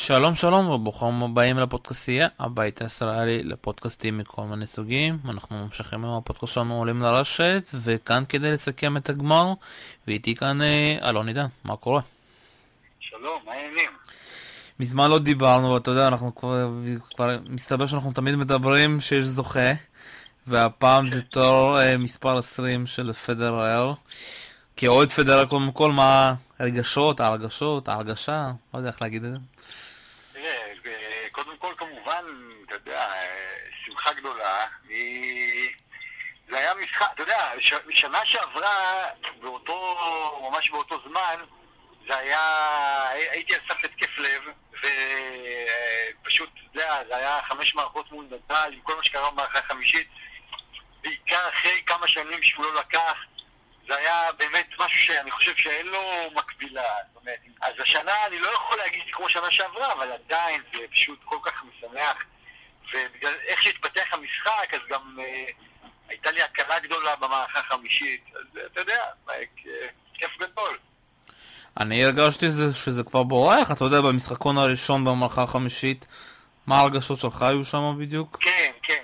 שלום שלום וברוכים הבאים לפודקאסטייה, הבית הישראלי לפודקאסטים מכל מיני סוגים. אנחנו ממשיכים עם הפודקאסט שלנו עולים לרשת, וכאן כדי לסכם את הגמר, ואיתי כאן אלון עידן. מה קורה? שלום, מה העניינים? מזמן לא דיברנו, ואתה יודע, אנחנו כבר מסתבר שאנחנו תמיד מדברים שיש זוכה, והפעם זה תור מספר 20 של פדרר. כאוהד פדרר, קודם כל, מה הרגשות, ההרגשה, לא יודע איך להגיד את זה. תראה, קודם כל כמובן, אתה יודע, שמחה גדולה. זה היה משחק, אתה יודע, שנה שעברה, ממש באותו זמן, זה היה, הייתי על סף התקף לב, ופשוט, אתה יודע, זה היה 5 מערכות מול נדל, עם כל מה שקרה במערכה החמישית, בעיקר אחרי כמה שנים שהוא לא לקח, זה היה באמת משהו שאני חושב שאין לו מקבילה. זאת אומרת, אז השנה אני לא יכול להגיד כמו שנה שעברה, אבל עדיין זה פשוט כל כך משמח. ובגלל איך שהתפתח המשחק, אז גם הייתה לי הקלה גדולה במערכה החמישית. אז אתה יודע, כיף גדול. אני הרגשתי שזה כבר בורח, אתה יודע, במשחקון הראשון במערכה החמישית, מה ההרגשות שלך היו שם בדיוק? כן, כן.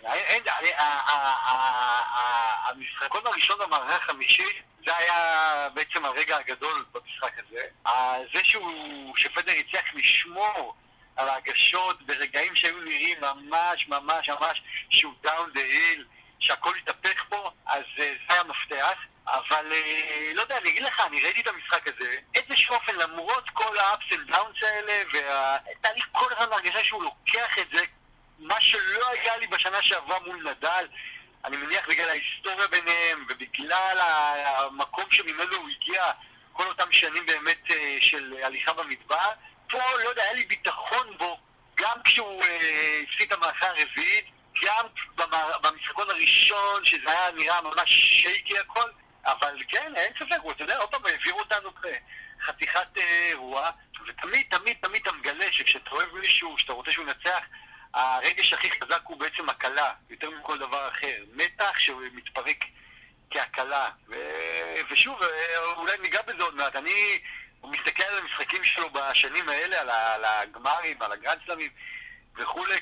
המשחקון הראשון במערכה החמישית, זה היה בעצם הרגע הגדול במשחק הזה. זה שפדר הצליח לשמור על ההגשות ברגעים שהיו נראים ממש ממש ממש שהוא דאון דה היל, שהכל התהפך פה, אז זה היה מפתח. אבל לא יודע, אני אגיד לך, אני ראיתי את המשחק הזה, איזשהו אופן, למרות כל ה-ups and downs האלה, והייתה לי כל הזמן הרגשה שהוא לוקח את זה, מה שלא היה לי בשנה שעברה מול נדל. אני מניח בגלל ההיסטוריה ביניהם, ובגלל המקום שממנו הוא הגיע, כל אותם שנים באמת של הליכה במדבר. פה, לא יודע, היה לי ביטחון בו, גם כשהוא הפסיד את המערכה הרביעית, גם במשחקון הראשון, שזה היה נראה ממש שייקי הכל, אבל כן, אין ספק, אתה יודע, עוד פעם העבירו אותנו חתיכת אירוע, ותמיד, תמיד, תמיד אתה מגלה שכשאתה אוהב מישהו, שאתה רוצה שהוא ינצח, הרגש הכי חזק הוא בעצם הקלה, יותר מכל דבר אחר. מתח שהוא מתפרק כהקלה. ושוב, אולי ניגע בזה עוד מעט. אני מסתכל על המשחקים שלו בשנים האלה, על הגמרים, על הגרנדסלמים וכולי,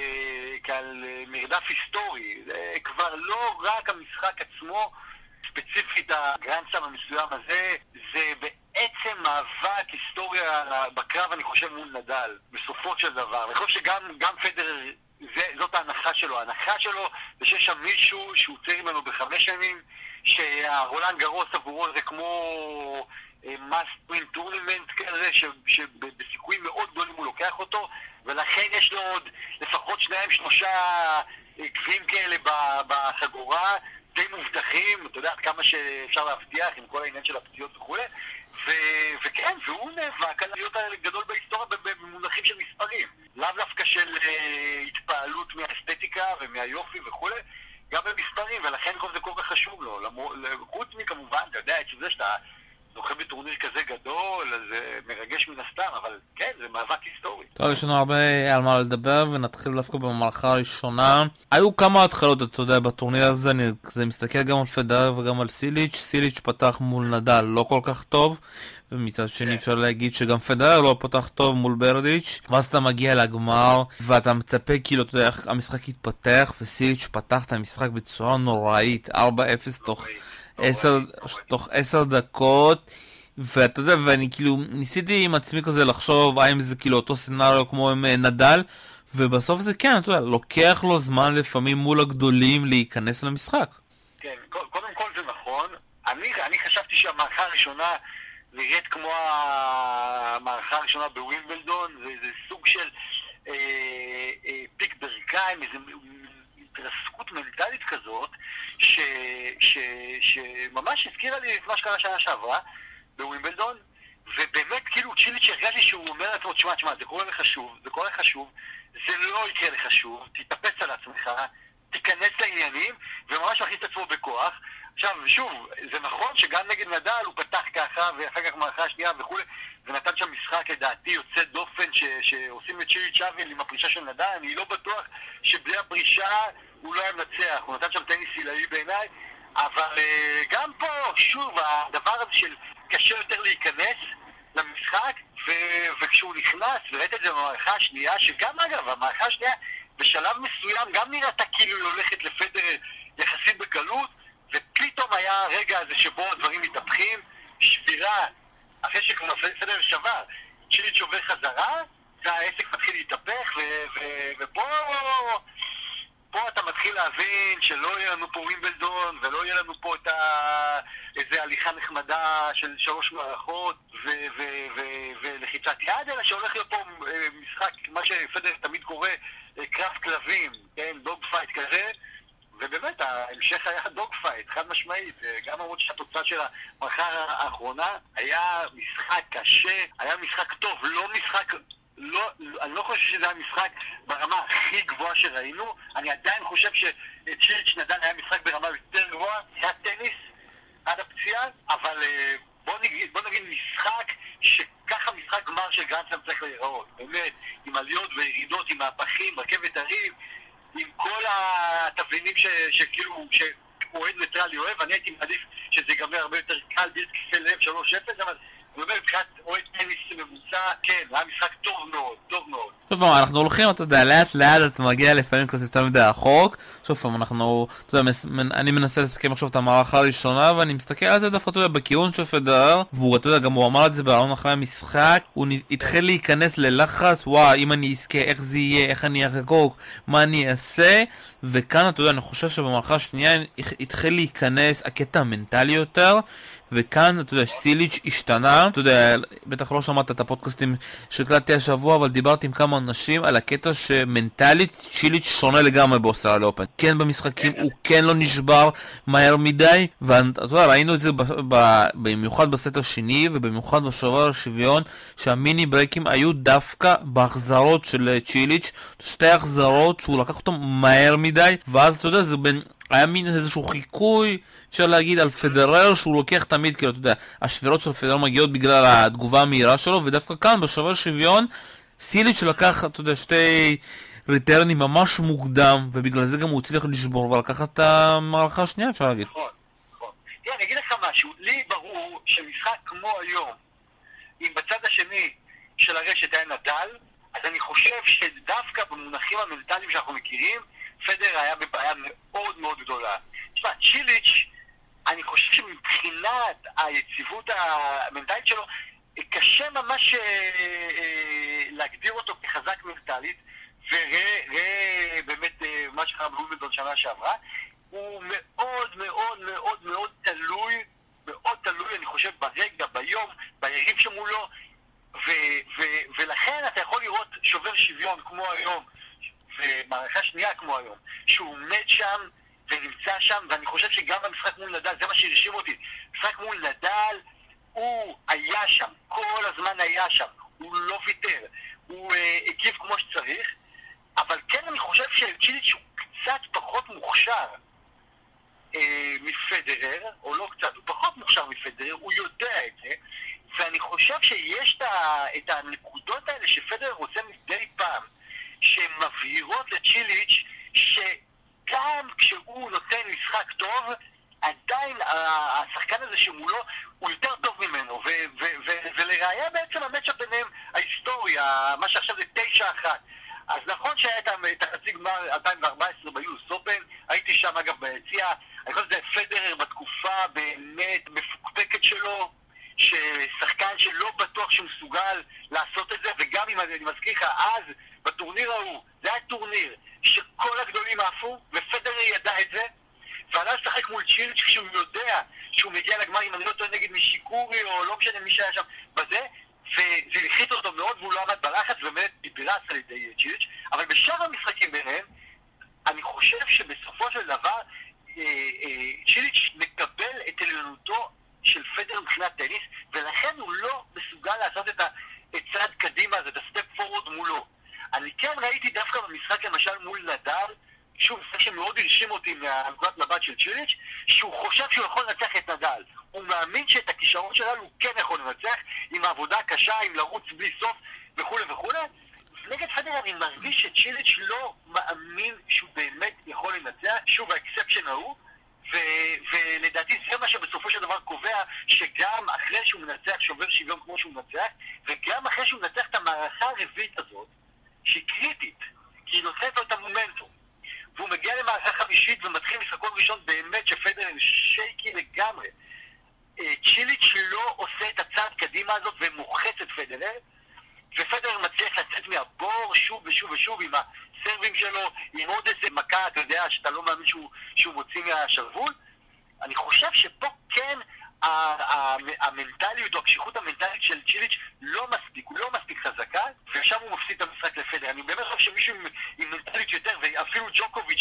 כעל מרדף היסטורי. זה כבר לא רק המשחק עצמו, ספציפית הגרנדסלם המסוים הזה, זה בעצם מאבק היסטוריה בקרב, אני חושב, מול נדל, בסופו של דבר. אני חושב שגם פדרר, זאת ההנחה שלו. ההנחה שלו זה שיש שם מישהו שהוא צעיר ממנו ב5 שנים, שהרולנד גרוס עבורו זה כמו must win tournament כזה, שבסיכויים מאוד גדולים הוא לוקח אותו, ולכן יש לו עוד לפחות 2-3 גביעים כאלה בחגורה, די מובטחים, אתה יודע, כמה שאפשר להבטיח עם כל העניין של הפציעות וכו'. וכן, והוא נאבק על להיות גדול בהיסטוריה במונחים של מספרים. לאו דווקא של התפעלות מהאסתטיקה ומהיופי וכו', גם במספרים, ולכן זה כל כך חשוב לו. חוץ מכמובן, אתה יודע, את זה שאתה זוכה בטורניר כזה גדול, זה מרגש מן הסתם, אבל כן, זה מאבק היסטורי. טוב, יש לנו הרבה על מה לדבר, ונתחיל דווקא במערכה הראשונה. היו כמה התחלות, אתה יודע, בטורניר הזה, זה מסתכל גם על פדרר וגם על סיליץ'. סיליץ' פתח מול נדל לא כל כך טוב, ומצד שני אפשר להגיד שגם פדרר לא פתח טוב מול ברדיץ', ואז אתה מגיע לגמר, ואתה מצפה כאילו, אתה יודע, איך המשחק יתפתח, וסיליץ' פתח את המשחק בצורה נוראית, 4-0 תוך 10 דקות, ואתה יודע, ואני כאילו ניסיתי עם עצמי כזה לחשוב האם זה כאילו אותו סנריו כמו עם נדל, ובסוף זה כן, אתה יודע, לוקח לו זמן לפעמים מול הגדולים להיכנס למשחק. כן, קודם כל זה נכון. אני חשבתי שהמערכה הראשונה נראית כמו המערכה הראשונה בווימבלדון, זה סוג של פיק ברכיים, איזה התרסקות מנטלית כזאת, שממש הזכירה לי את מה שקרה שנה שעברה בווימבלדון, ובאמת כאילו צ'יליץ' הרגשתי שהוא אומר לעצמו, תשמע, זה קורה לך שוב, זה לא יקרה לך שוב, תתאפץ על עצמך, תיכנס לעניינים, וממש מכניס את עצמו בכוח. עכשיו, שוב, זה נכון שגם נגד נדל הוא פתח ככה, ואחר כך מערכה השנייה וכו', ונתן שם משחק לדעתי יוצא דופן שעושים את צ'יליץ' עוול עם הפרישה של נדל. אני לא בטוח שבלי הפרישה הוא לא היה מנצח, הוא נתן שם טניס עילאי בעיניי, אבל גם פה, שוב, הדבר הזה של קשה יותר להיכנס למשחק, וכשהוא נכנס, וראית את זה במערכה השנייה, שגם אגב, המערכה השנייה בשלב מסוים גם נראתה כאילו היא הולכת לפדר יחסית בקלות, ופתאום היה הרגע הזה שבו הדברים מתהפכים, שבירה, אחרי שכבר פדר שבר, צ'יליץ' עובר חזרה, והעסק מתחיל להתהפך, ופה אתה מתחיל להבין שלא יהיה לנו פה ווימבלדון, ולא יהיה לנו פה את איזה הליכה נחמדה של 3 מערכות, ולחיצת יד, אלא שהולך להיות פה משחק, מה שפדר תמיד קורא, קרב כלבים, כן, דוג פייט כזה, ובאמת ההמשך היה דוג פייט, חד משמעית, גם למרות שהתוצאה של המערכה האחרונה היה משחק קשה, היה משחק טוב, לא משחק, אני לא חושב שזה היה משחק ברמה הכי גבוהה שראינו, אני עדיין חושב שצ'יליץ' נדל היה משחק ברמה יותר גבוהה, היה טניס עד הפציעה, אבל בוא נגיד משחק שככה משחק גמר של גרנד-סלאם צריך להיראות, באמת, עם עליות וירידות, עם מהפכים, רכבת הרים, עם כל התבלינים שכאילו, שאוהד ניטרלי אוהב, אני הייתי מעדיף שזה ייגמר הרבה יותר קל, בלתי קפה לב 3-0, אבל אני אומר, מבחינת אוהד טניס ממוצע, כן, היה משחק טוב מאוד, טוב מאוד. שוב פעם, אנחנו הולכים, אתה יודע, לאט לאט אתה מגיע לפעמים קצת יותר מדי רחוק. שוב פעם, אתה יודע, אני מנסה לסכם עכשיו את המערכה הראשונה, ואני מסתכל על זה דווקא, אתה יודע, בכיוון של פדרר, והוא, אתה יודע, גם הוא אמר את זה בעלון אחרי המשחק, הוא התחיל להיכנס ללחץ, וואי, אם אני אזכה, איך זה יהיה, איך אני אחגוג, מה אני אעשה, וכאן, אתה יודע, אני חושב שבמערכה השנייה התחיל להיכנס הקטע המנטלי יותר, וכאן, אתה יודע, סיליץ' השתנה, אתה יודע, בטח לא שמעת את הפודקאסטים שהקלטתי השבוע, אבל דיברתי עם כמה אנשים על הקטע שמנטלית סיליץ' שונה לגמרי באוסטרליה אופן. כן במשחקים, הוא כן לא נשבר מהר מדי, ואתה יודע, ראינו את זה במיוחד בסט השני, ובמיוחד בשובר השוויון, שהמיני ברייקים היו דווקא בהחזרות של סיליץ', 2 החזרות שהוא לקח אותם מהר מדי, ואז אתה יודע, זה היה מין איזשהו חיקוי, אפשר להגיד, על פדרר, שהוא לוקח תמיד, כאילו, אתה יודע, השבירות של פדרר מגיעות בגלל התגובה המהירה שלו, ודווקא כאן, בשובר שוויון, סיליץ' לקח, אתה יודע, 2 ריטרנים ממש מוקדם, ובגלל זה גם הוא הצליח לשבור ולקחת את המערכה השנייה, אפשר להגיד. נכון, נכון. תראה, אני אגיד לך משהו, לי ברור שמשחק כמו היום, אם בצד השני של הרשת היה נדל, אז אני חושב שדווקא במונחים המנטליים שאנחנו מכירים, פדר היה בבעיה מאוד מאוד גדולה. תשמע, צ'יליץ', אני חושב שמבחינת היציבות המנטלית שלו, קשה ממש להגדיר אותו כחזק מנטלית, וראה באמת מה שקרה בווימבלדון שנה שעברה, הוא מאוד מאוד מאוד מאוד תלוי, אני חושב, ברגע, ביום, ביריב שמולו, ולכן אתה יכול לראות שובר שוויון כמו היום, ומערכה שנייה כמו היום, שהוא עומד שם ונמצא שם, ואני חושב שגם במשחק מול נדל, זה מה שהרשים אותי, משחק מול נדל, הוא היה שם, כל הזמן היה שם, הוא לא ויתר, הוא הגיב כמו שצריך, אבל כן אני חושב שצ'יליץ' הוא קצת פחות מוכשר מפדרר, או לא קצת, הוא פחות מוכשר מפדרר, הוא יודע את זה, ואני חושב שיש את הנקודות האלה שפדרר רוצה מדי פעם, שהן מבהירות לצ'יליץ' שגם כשהוא נותן משחק טוב, עדיין השחקן הזה שמולו הוא יותר טוב ממנו, ולראיה בעצם המצ'אפ ביניהם ההיסטוריה, מה שעכשיו זה 9-1. אז נכון שהיה את החצי גמר 2014 ביוס אופן, הייתי שם אגב ביציאה, אני חושב שזה פדרר בתקופה באמת מפוקפקת שלו, ששחקן שלא בטוח שהוא מסוגל לעשות את זה, וגם אם אני מזכיר לך, אז בטורניר ההוא, זה היה טורניר שכל הגדולים עפו, ופדרר ידע את זה, ועלה לשחק מול צ'יליץ' כשהוא יודע שהוא מגיע לגמר, אם אני לא טועה נגד משיקורי, או לא משנה מי שהיה שם בזה, וזה לחית אותו מאוד, והוא לא עמד בלחץ, ובאמת פירס על ידי צ'יליץ', אבל בשאר המשחקים ביניהם, אני חושב שבסופו של דבר, צ'יליץ' מקבל את עליונותו של פדרר מבחינת טניס, ולכן הוא לא מסוגל לעשות את הצעד קדימה, את הסטפ פורוורד מולו. אני כן ראיתי דווקא במשחק למשל מול נדל, שוב, משחק שמאוד הרשים אותי מהנקודת מבט של צ'יליץ', שהוא חושב שהוא יכול לנצח את נדל. הוא מאמין שאת הכישרון שלנו הוא כן יכול לנצח, עם העבודה הקשה, עם לרוץ בלי סוף וכו' וכו'. נגד פדרר אני מרגיש שצ'יליץ' לא מאמין שהוא באמת יכול לנצח, שוב האקספשן ההוא, ולדעתי זה מה שבסופו של דבר קובע שגם אחרי שהוא מנצח שובר שוויון כמו שהוא מנצח, וגם גם אחרי שהוא מנצח את המערכה הרביעית הזאת, שהיא קריטית, כי היא נותנת לו את המומנטום, והוא מגיע למערכה חמישית ומתחיל משחקון ראשון באמת שפדרר שייקי לגמרי. צ'יליץ' לא עושה את הצעד קדימה הזאת ומוחץ את פדרר, ופדרר מצליח לצאת מהבור שוב ושוב ושוב עם הסרבים שלו, עם עוד איזה מכה, אתה יודע, שאתה לא מאמין שהוא מוציא מהשרוול. אני חושב שפה כן המנטליות או הקשיחות המנטלית של צ'יליץ' לא מספיק חזקה, ושם הוא מפסיד את המשחק לפדר. אני באמת חושב שמישהו עם מנטלית יותר, ואפילו ג'וקוביץ'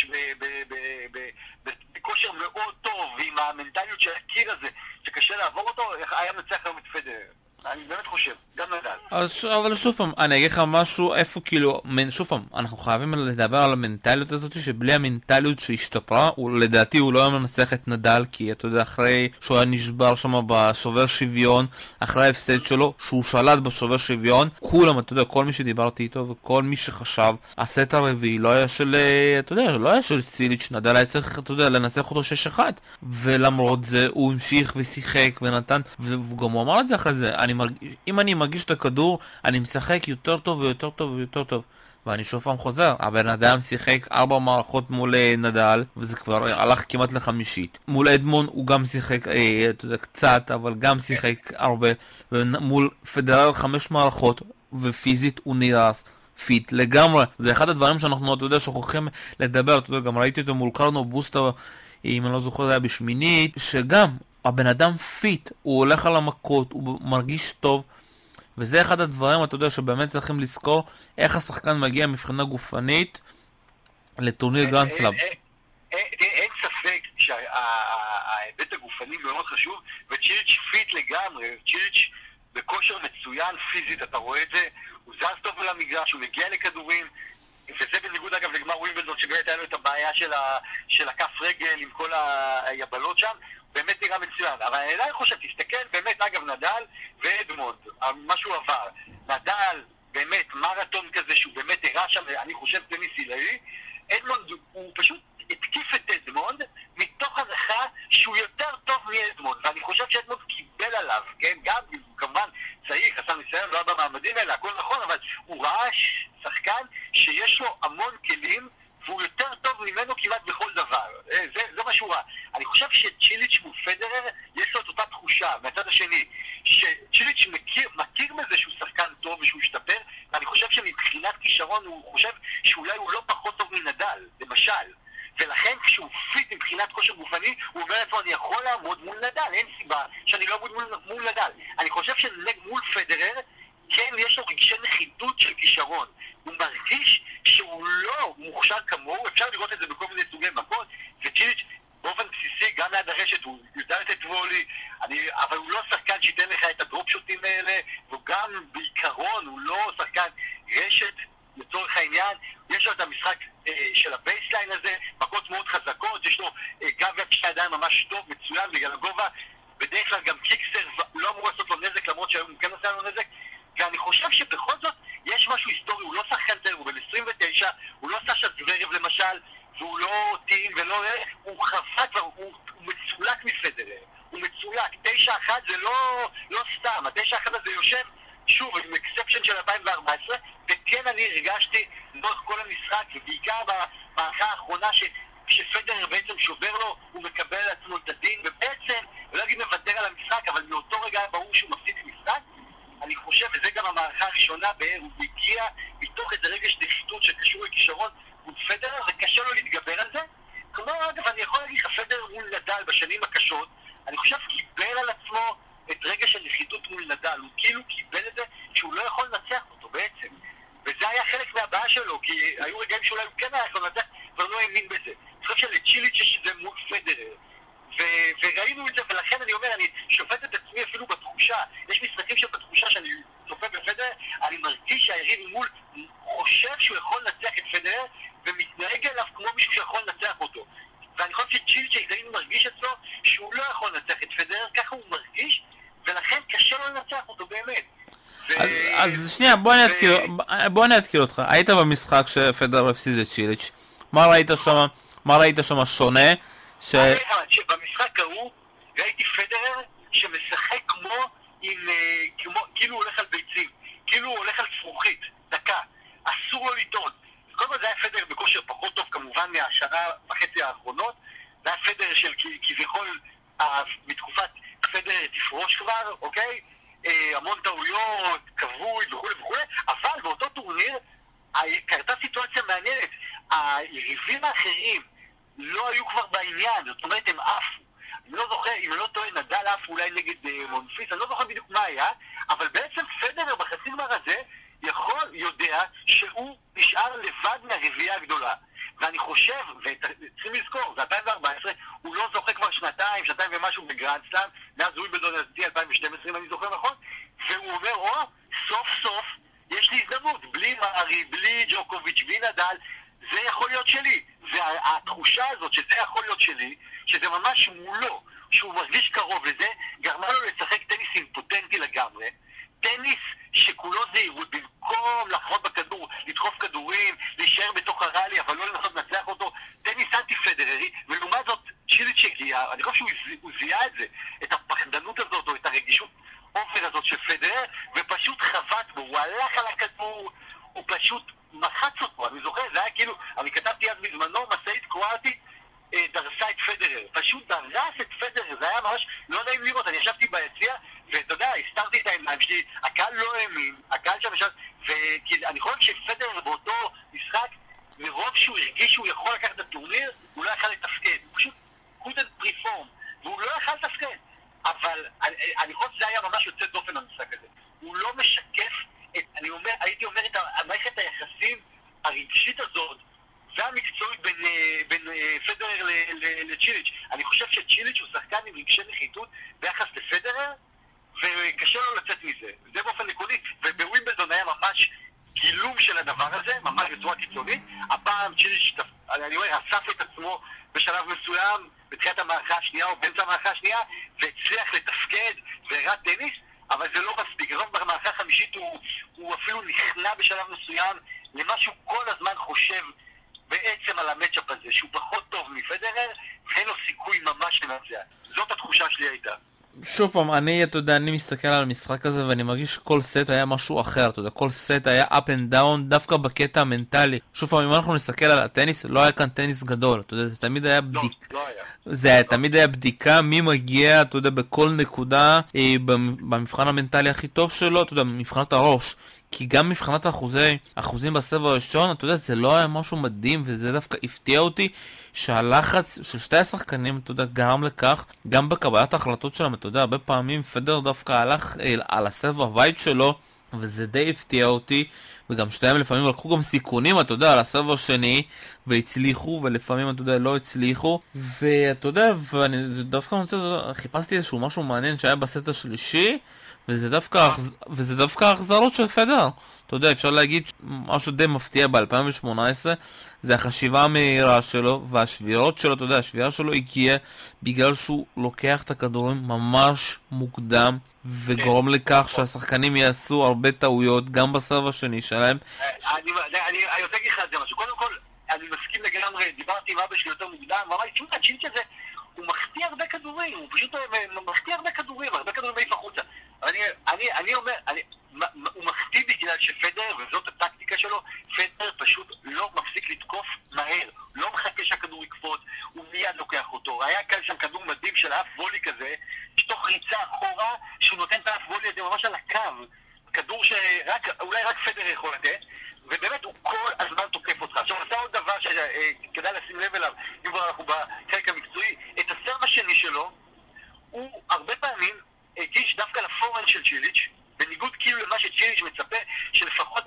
בכושר מאוד טוב, ועם המנטליות של הקיר הזה, שקשה לעבור אותו, היה מנצח היום את פדר. אני באמת חושב, גם נדל. אבל שוב פעם, אני אגיד לך משהו, איפה כאילו, שוב פעם, אנחנו חייבים לדבר על המנטליות הזאת, שבלי המנטליות שהשתפרה, לדעתי הוא לא היה מנצח את נדל, כי אתה יודע, אחרי שהוא היה נשבר שם בשובר שוויון, אחרי ההפסד שלו, שהוא שלט בשובר שוויון, כולם, אתה יודע, כל מי שדיברתי איתו, וכל מי שחשב, הסט הרביעי לא היה של, אתה יודע, לא היה של סיליץ', נדל היה צריך, אתה יודע, לנצח אותו 6-1, ולמרות זה, הוא המשיך ושיחק ונתן, וגם הוא אמר את זה אחרי זה, אם אני מרגיש את הכדור, אני משחק יותר טוב ויותר טוב ויותר טוב. ואני שוב פעם חוזר, הבן אדם שיחק 4 מערכות מול נדל, וזה כבר הלך כמעט לחמישית. מול אדמון הוא גם שיחק, אתה יודע, קצת, אבל גם שיחק הרבה. ומול פדרר 5 מערכות, ופיזית הוא נראה פיט לגמרי. זה אחד הדברים שאנחנו, אתה יודע, שוכחים לדבר. אתה יודע, גם ראיתי אותו מול קרנו בוסטה, אם אני לא זוכר, זה היה בשמינית, שגם הבן אדם פיט, הוא הולך על המכות, הוא מרגיש טוב, וזה אחד הדברים, אתה יודע, שבאמת צריכים לזכור איך השחקן מגיע מבחינה גופנית לטורניר גרנד סלאם. אין ספק שההיבט הגופני מאוד חשוב, וצ'יליץ' פיט לגמרי, צ'יליץ' בכושר מצוין פיזית, אתה רואה את זה, הוא זז טוב על המגרש, הוא מגיע לכדורים, וזה בניגוד אגב לגמר ווימבלדון, שבאמת היה לו את הבעיה של הכף רגל עם כל היבלות שם, באמת נראה מצוין. אבל אני לא חושב, תסתכל באמת, אגב, נדל ואדמונד, מה שהוא עבר. נדל, באמת, מרתון כזה שהוא באמת הראה שם, אני חושב טניס עילאי. אדמונד, הוא פשוט התקיף את אדמונד מתוך הנחה שהוא יותר טוב מאדמונד, ואני חושב שאדמונד קיבל עליו, כן? גם, הוא כמובן צעיר, חסר ניסיון, לא במעמדים האלה, הכל נכון, אבל הוא ראה שחקן שיש לו המון כלים, והוא יותר טוב ממנו כמעט בכל דבר. זה מה שהוא ראה. אני חושב שצ'יליץ' מול פדרר יש לו את אותה תחושה, מהצד השני, שצ'יליץ' מכיר בזה שהוא שחקן טוב ושהוא השתפר, ואני חושב שמבחינת כישרון הוא חושב שאולי הוא לא פחות טוב מנדל, למשל. ולכן כשהוא פיט מבחינת כושר גופני, הוא אומר איפה אני יכול לעמוד מול נדל, אין סיבה שאני לא אעמוד מול נדל. אני חושב שמול פדרר, כן, יש לו רגשי נחיתות של כישרון. הוא מרגיש שהוא לא מוכשר כמוהו, אפשר לראות את זה בכל מיני סוגי מכות, וצ'יליץ' באופן בסיסי, גם ליד הרשת, הוא יודע לתת וולי, אבל הוא לא שחקן שייתן לך את הדרופ שוטים האלה, וגם בעיקרון הוא לא שחקן רשת, לצורך העניין, יש לו את המשחק של הבייסליין הזה, מכות מאוד חזקות, יש לו גב יד שתי ידיים ממש טוב, מצוין בגלל הגובה, בדרך כלל גם קיקסר לא אמור לעשות לו נזק, למרות שהיום הוא כן עושה לו נזק, ואני חושב שבכל זאת יש משהו היסטורי, הוא לא שחקן צעיר, הוא בן 29, הוא לא סשה זוורב למשל, והוא לא טין ולא... הוא חווה כבר, הוא מצולק מפדרר, הוא מצולק, 9-1 זה לא סתם, ה-9-1 הזה יושב שוב עם אקספשן של 2014, וכן אני הרגשתי לאורך כל המשחק, ובעיקר במערכה האחרונה שפדרר בעצם שובר לו, הוא מקבל על עצמו את הדין, ובעצם, לא אגיד מוותר על המשחק, אבל מאותו רגע היה ברור שהוא מפסיד משחק. אני חושב, וזה גם המערכה הראשונה, הוא הגיע מתוך איזה רגש נחיתות שקשור לכישרון מול פדרר, וקשה לו להתגבר על זה. כמו אגב, אני יכול להגיד לך, פדרר מול נדל בשנים הקשות, אני חושב קיבל על עצמו את רגש הנחיתות מול נדל, הוא כאילו קיבל את זה שהוא לא יכול לנצח אותו בעצם. וזה היה חלק מהבעיה שלו, כי היו רגעים שאולי הוא כן היה יכול לנצח, אבל לא האמין בזה. אני חושב שלצ'יליץ' יש את זה מול פדרר. וראינו את זה, ולכן אני אומר, אני שופט את עצמי אפילו בתחושה. יש משחקים שבתחושה שאני צופה בפדרר, אני מרגיש שהיריב מול חושב שהוא יכול לנצח את פדרר, ומתנהג אליו כמו מישהו שיכול לנצח אותו. ואני חושב שצ'יליץ' עדיין מרגיש אצלו שהוא לא יכול לנצח את פדרר, ככה הוא מרגיש, ולכן קשה לו לנצח אותו באמת. אז שנייה, בוא נעדכן אותך. היית במשחק שפדרר הפסיד את צ'יליץ', מה ראית שם שונה? במשחק ההוא ראיתי פדרר שמשחק כאילו הוא הולך על ביצים. כאילו הוא הולך על זכוכית, דקה, אסור לו לטעון. קודם כל זה היה פדרר בכושר פחות טוב כמובן מהשנה וחצי האחרונות, זה היה פדרר של כביכול בתקופת פדרר תפרוש כבר, אוקיי? המון טעויות, כבוי וכו' וכו', אבל באותו טורניר קרתה סיטואציה מעניינת, היריבים האחרים לא היו כבר בעניין, זאת אומרת הם עפו. אני לא זוכר, אם אני לא טועה, נדל עף אולי נגד מונפיס, אני לא זוכר בדיוק מה היה, אבל בעצם פדרר בחצי גמר הזה יודע שהוא נשאר לבד מהרביעייה הגדולה. ואני חושב, וצריכים לזכור, זה 2014, הוא לא זוכה כבר שנתיים ומשהו בגרנדסלאם, מאז ווימבלדון 2012, אם אני זוכר נכון, והוא אומר, סוף סוף יש לי הזדמנות, בלי מארי, בלי ג'וקוביץ', בלי נדל, זה יכול להיות שלי. והתחושה הזאת שזה יכול להיות שלי, שזה ממש מולו, שהוא מרגיש קרוב לזה, גרמה לו לשחק טניס אימפוטנטי לגמרי, טניס שכולו זהירות, במקום לחרות בכדור, לדחוף כדורים, להישאר בתוך הרלי, אבל לא לנסות לנצח אותו, טניס אנטי פדררי, ולעומת זאת צ'יליץ' הגיע, אני חושב שהוא זיהה את זה, את הפחדנות הזאת או את הרגישות אופר הזאת של פדרר, ופשוט חבט בו, הוא הלך על הכדור, הוא פשוט מחץ אותו, אני זוכר, זה היה כאילו, אני כתבתי אז בזמנו, משאית קרואטית, דרסה את פדרר, פשוט דרס את פדרר, זה היה ממש לא נעים לראות, אני ישבתי ביציע, ואתה יודע, הסתרתי את העיניים שלי, הקהל לא האמין, הקהל שם ישב, ואני חושב שפדרר באותו משחק, מרוב שהוא הרגיש שהוא יכול לקחת את הטורניר, הוא לא יכל לתפקד, הוא פשוט couldn't perform, והוא לא יכל לתפקד, אבל אני חושב שזה היה ממש יוצא דופן במשחק הזה, הוא לא משקף, הייתי אומר את מערכת היחסים הרגשית הזאת, והמקצועית בין פדרר לצ'יליץ'. אני חושב שצ'יליץ' הוא שחקן עם רגשי נחיתות ביחס לפדרר, וקשה לו לצאת מזה. זה באופן עקרוני, ובווימבלדון היה ממש גילום של הדבר הזה, ממש בצורה קיצונית. הפעם צ'יליץ', אני אומר, אסף את עצמו בשלב מסוים, בתחילת המערכה השנייה או באמצע המערכה השנייה, והצליח לתפקד והראה טניס, אבל זה לא מספיק. זאת במערכה החמישית הוא אפילו נכנע בשלב מסוים למה שהוא כל הזמן חושב בעצם על המצ'אפ הזה, שהוא פחות טוב מפדרר, ואין לו סיכוי ממש לנצח. זאת התחושה שלי הייתה. שוב פעם, אני מסתכל על המשחק הזה ואני מרגיש שכל סט היה משהו אחר, אתה יודע, כל סט היה up and down דווקא בקטע המנטלי. שוב פעם, אם אנחנו נסתכל על הטניס, לא היה כאן טניס גדול, אתה יודע, זה תמיד היה תמיד היה בדיקה מי מגיע, אתה יודע, בכל נקודה במבחן המנטלי הכי טוב שלו, אתה יודע, מבחנת הראש. כי גם מבחנת האחוזים בסבב הראשון, אתה יודע, זה לא היה משהו מדהים, וזה דווקא הפתיע אותי שהלחץ של שתי השחקנים, אתה יודע, גרם לכך, גם בקבלת ההחלטות שלהם, אתה יודע, הרבה פעמים פדרר דווקא הלך על הסבב הבית שלו, וזה די הפתיע אותי, וגם שתיים לפעמים לקחו גם סיכונים, אתה יודע, על הסבב השני, והצליחו, ולפעמים, אתה יודע, לא הצליחו, ואתה יודע, ואני דווקא חיפשתי איזשהו משהו מעניין שהיה בסט השלישי, וזה דווקא ההחזרות של פדרר. אתה יודע, אפשר להגיד משהו די מפתיע ב-2018, זה החשיבה המהירה שלו, והשבירות שלו, אתה יודע, השבירה שלו הגיעה בגלל שהוא לוקח את הכדורים ממש מוקדם, וגורם לכך שהשחקנים יעשו הרבה טעויות, גם בסרב השני שלהם. אני רוצה להגיד לך את זה משהו. קודם כל, אני מסכים לגמרי, דיברתי עם אבא שלי יותר מוקדם, ואמרתי, תשמע, הצ'ינץ' הזה, הוא מחטיא הרבה כדורים, הוא פשוט מחטיא הרבה כדורים מעיף החוצה. אני אומר, הוא מחטיא בגלל שפדרר, וזאת הטקטיקה שלו, פדרר פשוט לא מפסיק לתקוף מהר, לא מחכה שהכדור יקפוץ, הוא מיד לוקח אותו. היה כאן שם כדור מדהים של האף וולי כזה, שתוך ריצה אחורה, שהוא נותן את האף וולי הזה ממש על הקו, כדור שאולי רק פדרר יכול לתת, ובאמת הוא כל הזמן תוקף אותך. עכשיו עשה עוד דבר שכדאי לשים לב אליו, אם כבר אנחנו בחלק המקצועי, את הסרב השני שלו, הוא הרבה פעמים הגיש דווקא לפורן של צ'יליץ', בניגוד כאילו למה שצ'יליץ' מצפה, שלפחות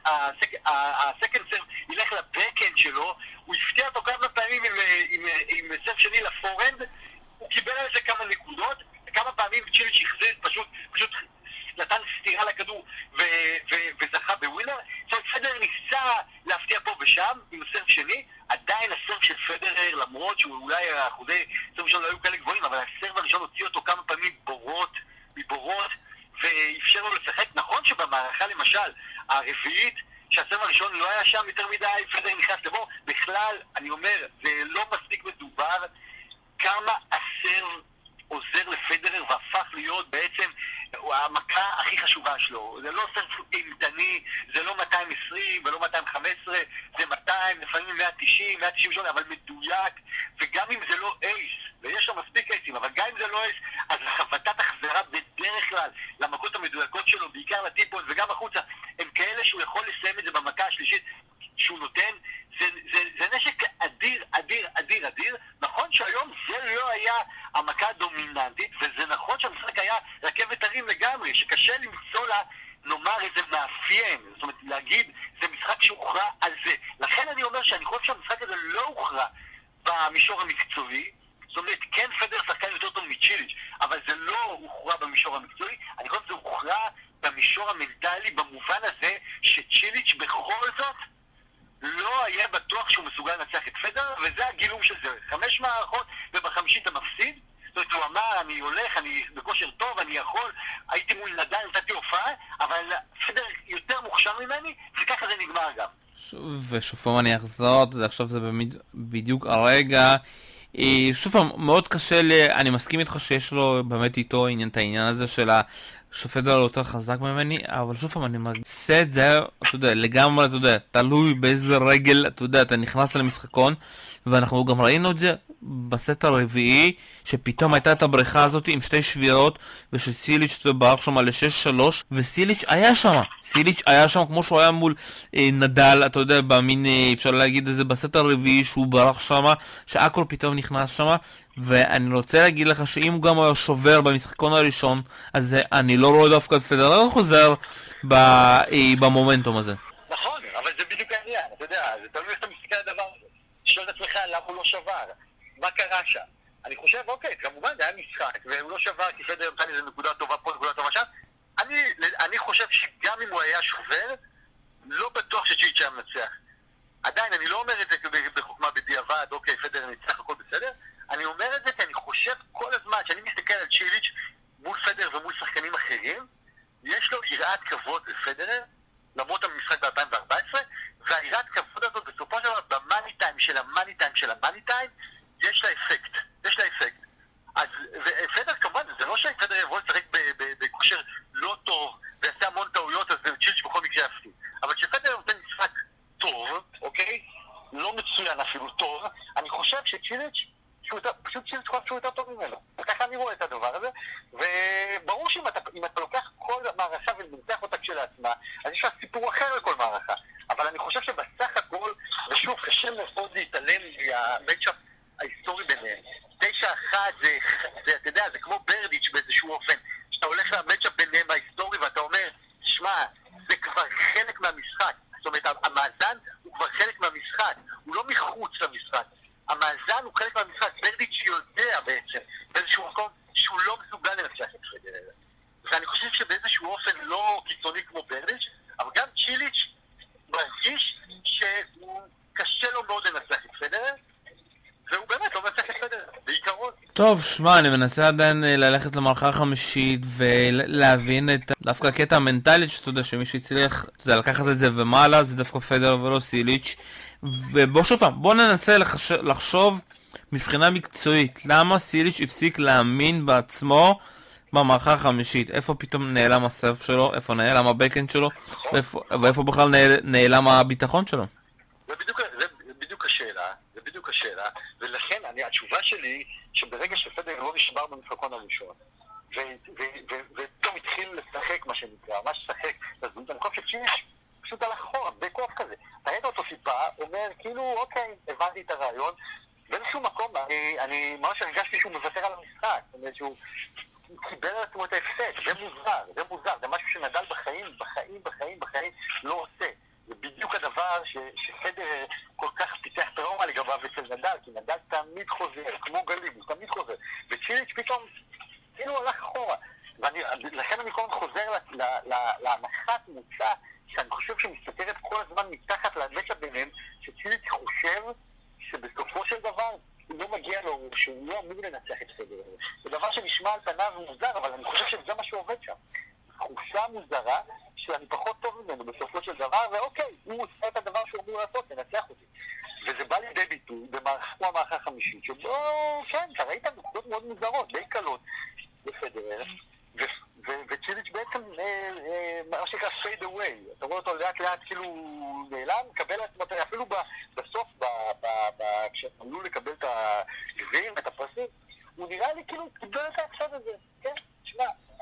הסקנד סרב ילך לבקאנד שלו, הוא הפתיע אותו כמה פעמים עם סרב שני לפורנד, הוא קיבל על זה כמה נקודות, כמה פעמים צ'יליץ' החזיר, פשוט נתן סתירה לכדור וזכה בווינר. זאת אומרת, פדרר ניסה להפתיע פה ושם עם הסרב שני, עדיין הסרב של פדרר, למרות שהוא אולי האחוזי הסרב ראשון לא היו כאלה גבוהים, אבל הסרב הראשון הוציא אותו כמה פעמים מבורות, ואפשר לו לשחק. נכון שבמערכה למשל, הרביעית, שהסרב הראשון לא היה שם יותר מדי, פדרר נכנס לבור, בכלל, אני אומר, זה לא מספיק מדובר כמה הסרב עוזר לפדרר והפך להיות בעצם המכה הכי חשובה שלו. זה לא סרב עם קיצוני, זה לא 220 ולא 215, זה 200, לפעמים 190, 198, אבל מדויק, וגם אם זה לא אייס, ויש לו מספיק אייסים, אבל גם אם זה לא אייס, אז החבטת החזרה בדרך כלל למכות המדויקות שלו, בעיקר לטיפות וגם החוצה, הם כאלה שהוא יכול לסיים את זה במכה השלישית שהוא נותן. זה נשק אדיר, אדיר, אדיר, אדיר. נכון שהיום זה לא היה המכה הדומיננטית, וזה נכון שהמשחק היה רכבת הרים לגמרי, שקשה למצוא לה, נאמר, איזה מאפיין. זאת אומרת, להגיד, זה משחק שהוכרע על זה. לכן אני אומר שאני חושב שהמשחק הזה לא הוכרע במישור המקצועי. זאת אומרת, כן פדר שחקן יותר טוב מצ'יליץ', אבל זה לא הוכרע במישור המקצועי. אני חושב שזה הוכרע במישור המנטלי, במובן הזה שצ'יליץ' בכל זאת לא היה בטוח שהוא מסוגל לנצח את פדר, וזה הגילום של זה. 5 מערכות ובחמישית המפסיד. זאת אומרת, הוא אמר, אני הולך, אני בכושר טוב, אני יכול, הייתי מול נדל, נתתי הופעה, אבל פדר יותר מוכשר ממני, וככה זה נגמר גם. ושוב פעם אני אחזור, עכשיו זה בדיוק הרגע. שוב פעם, מאוד קשה לי, אני מסכים איתך שיש לו באמת איתו את העניין הזה של השופט הוא יותר חזק ממני, אבל שוב פעם אני מרגישה את זה, אתה יודע, לגמרי, אתה יודע, תלוי באיזה רגל, אתה יודע, אתה נכנס למשחקון, ואנחנו גם ראינו את זה בסט הרביעי, שפתאום הייתה את הבריכה הזאת עם 2 שבירות, ושסיליץ' ברח שם ל-6-3, וסיליץ' היה שם, כמו שהוא היה מול נדל, אתה יודע, במין, אפשר להגיד את זה, בסט הרביעי שהוא ברח שם, שהכל פתאום נכנס שם, ואני רוצה להגיד לך שאם הוא גם היה שובר במשחקון הראשון, אז אני לא רואה דווקא את פדרר חוזר במומנטום הזה. נכון, אבל זה בדיוק העניין, אתה יודע, זה תלוי איך אתה מסתכל על הדבר הזה. שואל את עצמך למה הוא לא שבר, מה קרה שם? אני חושב, אוקיי, כמובן זה היה משחק, והוא לא שבר כי פדר נתן איזה נקודה טובה פה, נקודה טובה שם. אני חושב שגם אם הוא היה שובר, לא בטוח שצ'יליץ' היה מנצח. עדיין, אני לא אומר את זה בחוכמה בדיעבד, אוקיי, פדר ניצח, הכל בסדר. אני אומר את זה כי אני חושב כל הזמן, שאני מסתכל על צ'יליץ' מול פדר ומול שחקנים אחרים, יש לו יראת כבוד לפדרר, למרות המשחק ב-2014, והיראת כבוד הזאת בסופו של דבר במאני טיים של המאני טיים של המאני טיים, יש לה אפקט. אז פדר כמובן, זה לא שפדר יבוא לשחק בכושר לא טוב, ויעשה המון טעויות, אז צ'יליץ' בכל מקרה יפסיד. אבל כשפדר נותן משחק טוב, אוקיי? לא מצוין אפילו טוב, אני חושב שצ'יליץ' פשוט צ'יליץ' חושב שהוא יותר טוב ממנו. וככה אני רואה את הדבר הזה, וברור שאם אתה לוקח כל מערכה ומנצח אותה כשלעצמה, אז יש לה סיפור אחר לכל מערכה. אבל אני חושב שבסך הכל, ושוב, קשה מאוד להתעלם מהמצ'אפ ההיסטורי ביניהם. 9-1 זה, אתה יודע, זה כמו ברדיץ' באיזשהו אופן, שאתה הולך למצ'אפ ביניהם ההיסטורי ואתה אומר, שמע, זה כבר חלק מהמשחק. זאת אומרת, המאזן הוא כבר חלק מהמשחק, הוא לא מחוץ למשחק. המאזן הוא חלק מהמשחק. ברדיץ' יודע בעצם, באיזשהו מקום, שהוא לא מסוגל לנצח את פדרר. ואני חושב שבאיזשהו אופן לא קיצוני כמו ברדיץ', אבל גם צ'יליץ' מרגיש שהוא קשה לו מאוד לנצח את פדרר, והוא באמת לא מנצח את פדרר, בעיקרון. טוב, שמע, אני מנסה עדיין ללכת למערכה החמישית ולהבין את דווקא הקטע המנטלית, שאתה יודע שמי שהצליח לקחת את זה ומעלה, זה דווקא פדרר ולא סיליץ'. ובוא שוב פעם, בוא ננסה לחשוב מבחינה מקצועית, למה סיליץ' הפסיק להאמין בעצמו במערכה החמישית? איפה פתאום נעלם הסרף שלו, איפה נעלם הבקאנד שלו, ואיפה בכלל נעלם הביטחון שלו? זה בדיוק השאלה, ולכן התשובה שלי, שברגע שפדר לא נשבר במשחקון הראשון, ופתאום התחיל לשחק מה שנקרא, ממש לשחק, אז אני חושב שצ'יליץ' פשוט הלך אחורה, בכוח כזה. ראית אותו טיפה, אומר, כאילו, אוקיי, הבנתי את הרעיון, באיזשהו מקום, אני ממש הרגשתי שהוא מוותר על המשחק, זאת אומרת שהוא קיבל על עצמו את ההפסד, זה מוזר, זה משהו שנדל בחיים לא עושה. זה בדיוק הדבר שפדר כל כך פיתח טראומה לגביו אצל נדל, כי נדל תמיד חוזר, כמו גלים, הוא תמיד חוזר, וצ'יליץ' פתאום, כאילו הלך אחורה. ולכן אני כל חוזר להנחת מוצא, שאני חושב שמסתתרת כל הזמן מתחת למצ'אפ ביניהם, שצ'יליץ' חושב שבסופו של דבר הוא לא מגיע לו, שהוא לא אמור לנצח את פדרר. זה דבר שנשמע על פניו מוזר, אבל אני חושב שזה מה שעובד שם. תחושה מוזרה שאני פחות טוב ממנו בסופו של דבר, ואוקיי, הוא עושה את הדבר שהוא אמור לעשות, לנצח אותי. וזה בא לידי ביטוי במערכה כמו המערכה החמישית, שבו, כן, אתה ראית נקודות מאוד מוזרות, די קלות בפדרר, וציליץ' בעצם, מה שנקרא fade away, אתה רואה אותו לאט לאט כאילו נעלם, מקבל אפילו בסוף, כשהם עלו לקבל את הגביעים, את הפרסים, הוא נראה לי כאילו קיבל את ההפסד הזה, כן? תשמע,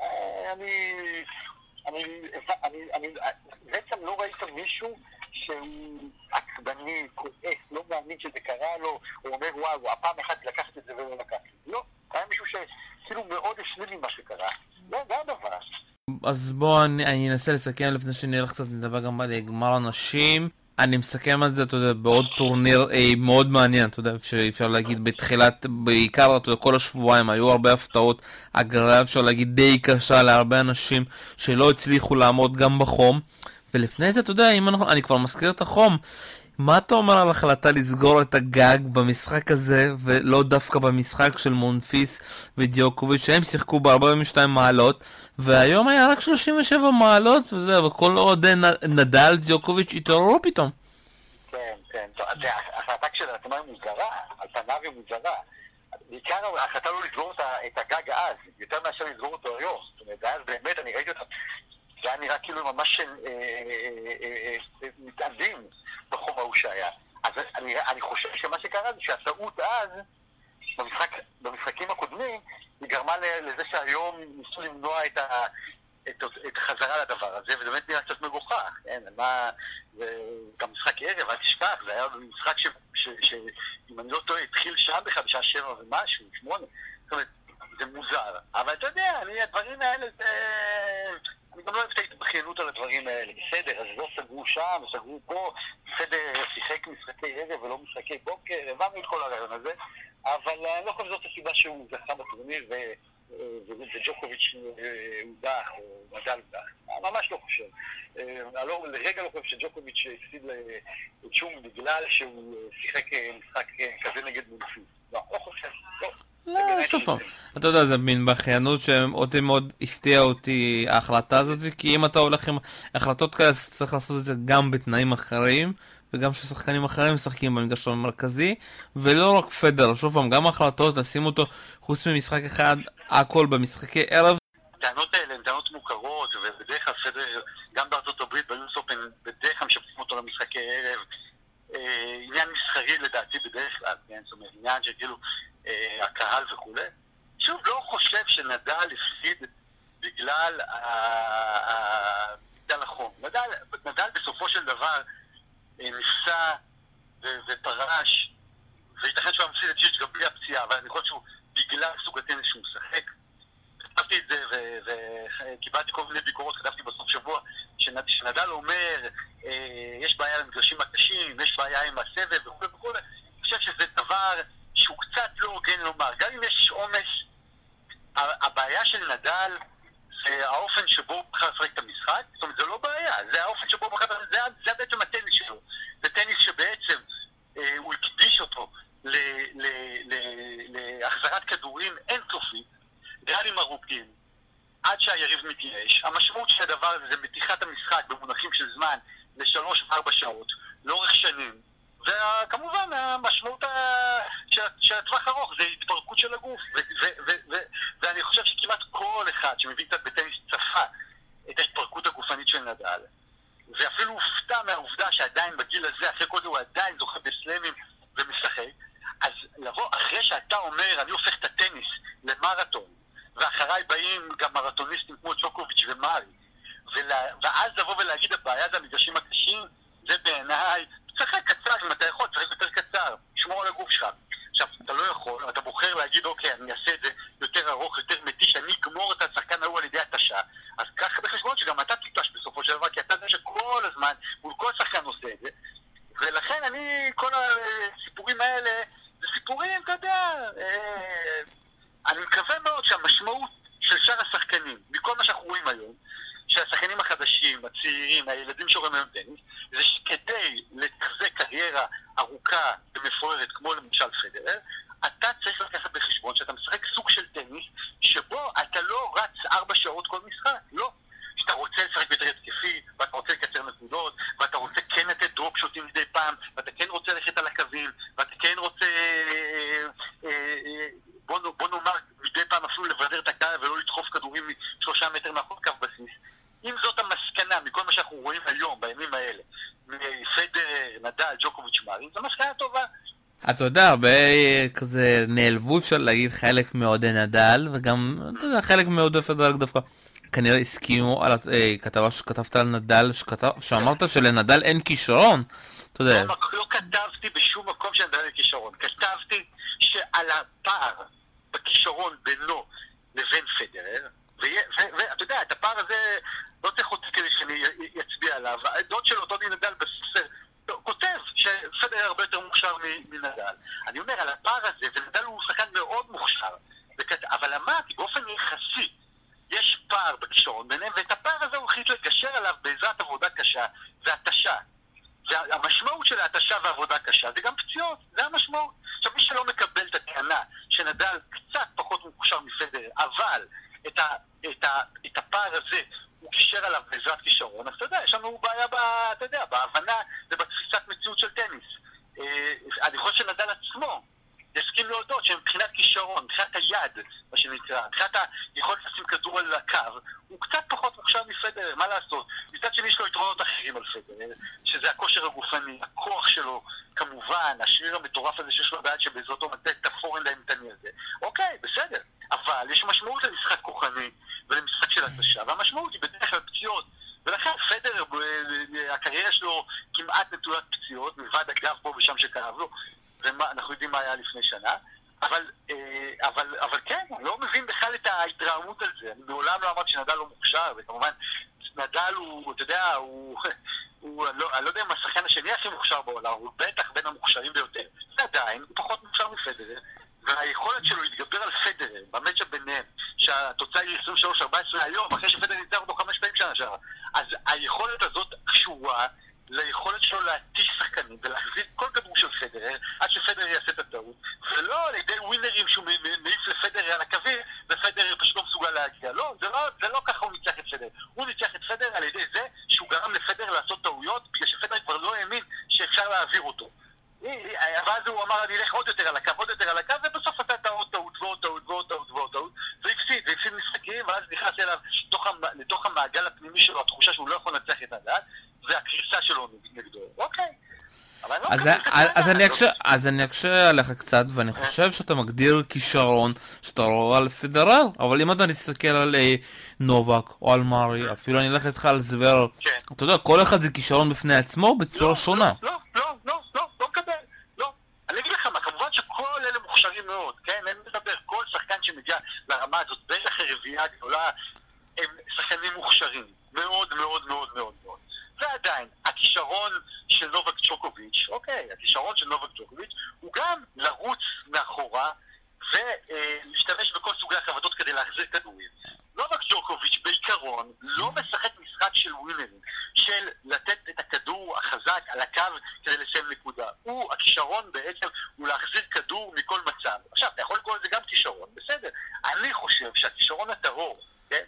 אני בעצם לא ראית מישהו שהוא עצבני, כועס, לא מאמין שזה קרה לו, הוא אומר וואו, הפעם אחת לקחת את זה ולא לקחת. לא, היה מישהו שכאילו מאוד השלים עם מה שקרה. לא, זה הדבר. אז בוא אני אנסה לסכם לפני שנלך קצת נדבר גם על גמר הנשים. אני מסכם על זה, אתה יודע, בעוד טורניר מאוד מעניין, אתה יודע, שאפשר להגיד בתחילת, בעיקר, אתה יודע, כל השבועיים היו הרבה הפתעות, הגרלה אפשר להגיד די קשה להרבה אנשים שלא הצליחו לעמוד גם בחום, ולפני זה, אתה יודע, אם אני כבר מזכיר את החום, מה אתה אומר על החלטה לסגור את הגג במשחק הזה, ולא דווקא במשחק של מונפיס ודיוקוביץ', שהם שיחקו ב-42 מעלות, והיום היה רק 37 מעלות, וכל עוד נדל דיוקוביץ' התעוררו פתאום. כן, כן, ההחלטה כשלעצמה היא מוזרה, על פניו היא מוזרה. בעיקר ההחלטה לא לסגור את הגג אז, יותר מאשר לסגור אותו היום. זאת אומרת, אז באמת, אני ראיתי אותם, זה היה נראה כאילו ממש מתעדים בחום ההוא שהיה. אז אני חושב שמה שקרה זה שהטעות אז, במשחקים הקודמים, היא גרמה לזה שהיום ניסו למנוע את חזרה לדבר הזה, ובאמת נראה קצת מגוחך, כן? גם משחק ערב, אל תשכח, זה היה משחק שאם אני לא טועה, התחיל שם בכלל בשעה 7 ומשהו, 8, זאת אומרת, זה מוזר. אבל אתה יודע, הדברים האלה, אני גם לא אוהב את ההתבחיינות על הדברים האלה. בסדר, אז לא סגרו שם, סגרו פה, בסדר, שיחק משחקי ערב ולא משחקי בוקר, הבנו את כל הרעיון הזה, אבל אני לא חושב שזאת הסיבה שהוא זכה בטורניר וג'וקוביץ' הודח או נדל הודח. ממש לא חושב. לרגע לא חושב שג'וקוביץ' הפסיד לשום בגלל שהוא שיחק משחק כזה נגד מונפיס. לא חושב. לא, שוב פעם. אתה יודע, זה מין בחיינות שאותי מאוד הפתיע אותי ההחלטה הזאת, כי אם אתה הולך עם החלטות כאלה, צריך לעשות את זה גם בתנאים אחרים, וגם ששחקנים אחרים משחקים במגרש המרכזי, ולא רק פדר, שוב פעם, גם ההחלטות, לשים אותו חוץ ממשחק אחד, הכל במשחקי ערב. הטענות האלה הן טענות מוכרות, ובדרך כלל פדר, גם בארצות הברית, ביוס אופן, בדרך כלל משפצים אותו למשחקי ערב, עניין מסחרי לדעתי בדרך כלל, זאת אומרת, עניין שכאילו הקהל וכו'. שוב, לא חושב שנדל הפסיד בגלל החום. נדל בסופו של דבר נפסע ופרש, וייתכן שהוא מפסיד את שיש גם בלי הפציעה, אבל אני חושב שהוא בגלל סוג הטניס שהוא משחק. כתבתי את זה וקיבלתי כל מיני ביקורות, כתבתי בסוף שבוע, שנדל אומר, יש בעיה למגרשים הקשים, יש בעיה עם הסבב וכו' וכו'. אני חושב שזה דבר שהוא קצת לא הוגן לומר. גם אם יש עומס, הבעיה של נדל זה האופן שבו הוא בחר לשחק את המשחק. זאת אומרת, זה לא בעיה, זה האופן שבו הוא בחר לשחק, זה בעצם הטניס שלו. זה טניס שבעצם הוא הקדיש אותו להחזרת כדורים אינסופית, גרלים ארוכים, עד שהיריב מתייאש. המשמעות של הדבר הזה זה מתיחת המשחק במונחים של זמן ל3-4 שעות, לאורך שנים. וכמובן המשמעות של הטווח ארוך זה התפרקות של הגוף, ואני חושב שכמעט כל אחד שמבין קצת בטניס צפה את ההתפרקות הגופנית של נדל, ואפילו הופתע מהעובדה שעדיין בגיל הזה, אחרי כל זה הוא עדיין זוכה בסלמים ומשחק. אז לבוא אחרי שאתה אומר אני הופך את הטניס למרתון, ואחריי באים גם מרתוניסטים כמו צ'וקוביץ' ומרי, ואז לבוא ולהגיד הבעיה זה המגרשים הקשים, זה בעיניי צריך קצר. אם אתה יכול, צריך יותר קצר, שמור על הגוף שלך. עכשיו, אתה לא יכול, אתה בוחר להגיד אוקיי, אני אעשה את זה יותר ארוך, יותר מתיש, אני אגמור את השחקן ההוא על ידי התשה. אז קח בחשבון שגם אתה תיטש בסופו של דבר, כי אתה יודע שכל הזמן מול כל שחקן עושה את זה, ולכן כל הסיפורים האלה זה סיפורים, אתה יודע, אני מקווה מאוד שהמשמעות של שאר השחקנים, מכל מה שאנחנו רואים היום, שהשחקנים החדשים, הצעירים, הילדים שרואים היום טניס, זה שכדי לתחזק קריירה ארוכה ומפוארת כמו למשל פדרר, אתה צריך לקחת בחשבון שאתה משחק סוג של טניס שבו אתה לא רץ 4 שעות כל משחק, לא. שאתה רוצה לשחק יותר התקפי, ואתה רוצה לקצר נקודות, ואתה רוצה כן לתת דרופ שוטים מדי פעם, ואתה כן רוצה ללכת על הקווים, ואתה כן רוצה, בוא נאמר, מדי פעם אפילו לבדר את הקהל ולא לדחוף כדורים כדורים 3 מטר מאחורי קו בסיס. אם זאת המסקנה מכל מה שאנחנו רואים היום, בימים האלה, מפדרר, נדל, ג'וקוביץ' מארי, זו מסקנה טובה. אתה יודע, הרבה כזה נעלבו אפשר להגיד חלק מאוד נדל, וגם, אתה יודע, חלק מאוד פדרר דווקא. כנראה הסכימו על כתבה שכתבת על נדל, שאמרת שלנדל אין כישרון. אתה יודע. לא כתבתי בשום מקום שנדל אין כישרון. כתבתי שעל הפער בכישרון בינו לבין פדרר, ואתה יודע, את הפער הזה לא צריך אותי כדי שאני אצביע עליו. הדוד שלו, דודי נדל בספר, כותב שפדרר הרבה יותר מוכשר מנדל. אני אומר, על הפער הזה, ונדל הוא שחקן מאוד מוכשר, אבל אמרתי, באופן יחסי, יש פער בכישרון ביניהם, ואת הפער הזה הוא החליט לגשר עליו בעזרת עבודה קשה והתשה. והמשמעות של ההתשה והעבודה קשה זה גם פציעות, זה המשמעות. עכשיו, מי שלא מקבל את הטענה שנדל קצת פחות מוכשר מפדרר, אבל את הפער הזה הוא גישר עליו בעזרת כישרון, אז אתה יודע, יש לנו בעיה בהבנה ובתפיסת מציאות של טניס. אני חושב שנדל עצמו יסכים להודות שמבחינת כישרון, מבחינת היד, מה שנקרא, מבחינת היכולת לשים כדור על הקו, הוא קצת פחות מוכשר מפדרר, מה לעשות? מצד שני יש לו יתרונות אחרים על פדרר, שזה הכושר הגופני, הכוח שלו, כמובן, השריר המטורף הזה שיש לו ביד שבעזרתו מתת את הפורנד האימתני הזה. אוקיי, בסדר, אבל יש משמעות למשחק כוחני ולמשחק של התשה, והמשמעות היא בדרך כלל פציעות. ולכן פדרר, הקריירה שלו כמעט נטולת פציעות, מלבד הגב פה ושם שכאב לו, ואנחנו יודעים מה היה לפני שנה, אבל כן, אני לא מבין בכלל את ההתרעמות על זה. אני מעולם לא אמרתי שנדל לא מוכשר, וכמובן נדל הוא, אתה יודע, אני לא יודע אם השחקן השני הכי מוכשר בעולם, הוא בטח בין המוכשרים ביותר. ועדיין, הוא פחות מוכשר מפדרר, והיכולת שלו להתגבר על פדרר, במצ'אפ ביניהם, שהתוצאה היא 23-14 היום, אחרי שפדרר ניצח אותו 5 פעמים שנה שעברה. אז היכולת הזאת קשורה ליכולת שלו להתיש שחקנים ולהחזיר כל כדור של פדרר עד שפדרר יעשה את הטעות, ולא על ידי ווינרים שהוא מעיף לפדרר על הקווים ופדרר פשוט לא מסוגל להגיע. לא, זה לא ככה הוא ניצח את פדרר. הוא ניצח את פדרר על ידי זה שהוא גרם לפדרר לעשות טעויות בגלל שפדרר כבר לא האמין שאפשר להעביר אותו. ואז הוא אמר אני אלך עוד יותר על הקו, עוד יותר על הקו, ובסוף עשתה עוד טעות ועוד טעות ועוד טעות ועוד טעות, והפסיד משחקים, ואז נכנס אליו לתוך המעגל הפנימי שלו, התחושה שהוא לא יכול לנצח את נדל והקריסה שלו נגדו. אוקיי. אז אני אקשה עליך קצת, ואני חושב שאתה מגדיר כישרון שאתה רואה על פדרר, אבל אם אתה נסתכל על נובק או על מארי, אפילו אני אלך איתך על זוורר, אתה יודע, כל אחד זה כישרון בפני עצמו בצורה שונה. לא מקבל, לא. אני אגיד לך מה, כמובן שכל אלה מוכשרים מאוד, כן? אין מדבר, כל שחקן שמגיע לרמה הזאת, בטח רביעייה גדולה, הם שחקנים מוכשרים, מאוד מאוד מאוד מאוד מאוד. ועדיין, הכישרון של נובק ג'וקוביץ', הכישרון של נובק ג'וקוביץ' הוא גם לרוץ מאחורה ולהשתמש בכל סוגי החבטות כדי להחזיר כדורים. נובק ג'וקוביץ' בעיקרון לא משחק משחק של ווינרים, של לתת את הכדור החזק על הקו כדי לסיים נקודה. הכישרון בעצם הוא להחזיר כדור מכל מצב. עכשיו, אתה יכול לקרוא לזה גם כישרון, בסדר. אני חושב שהכישרון הטהור, כן?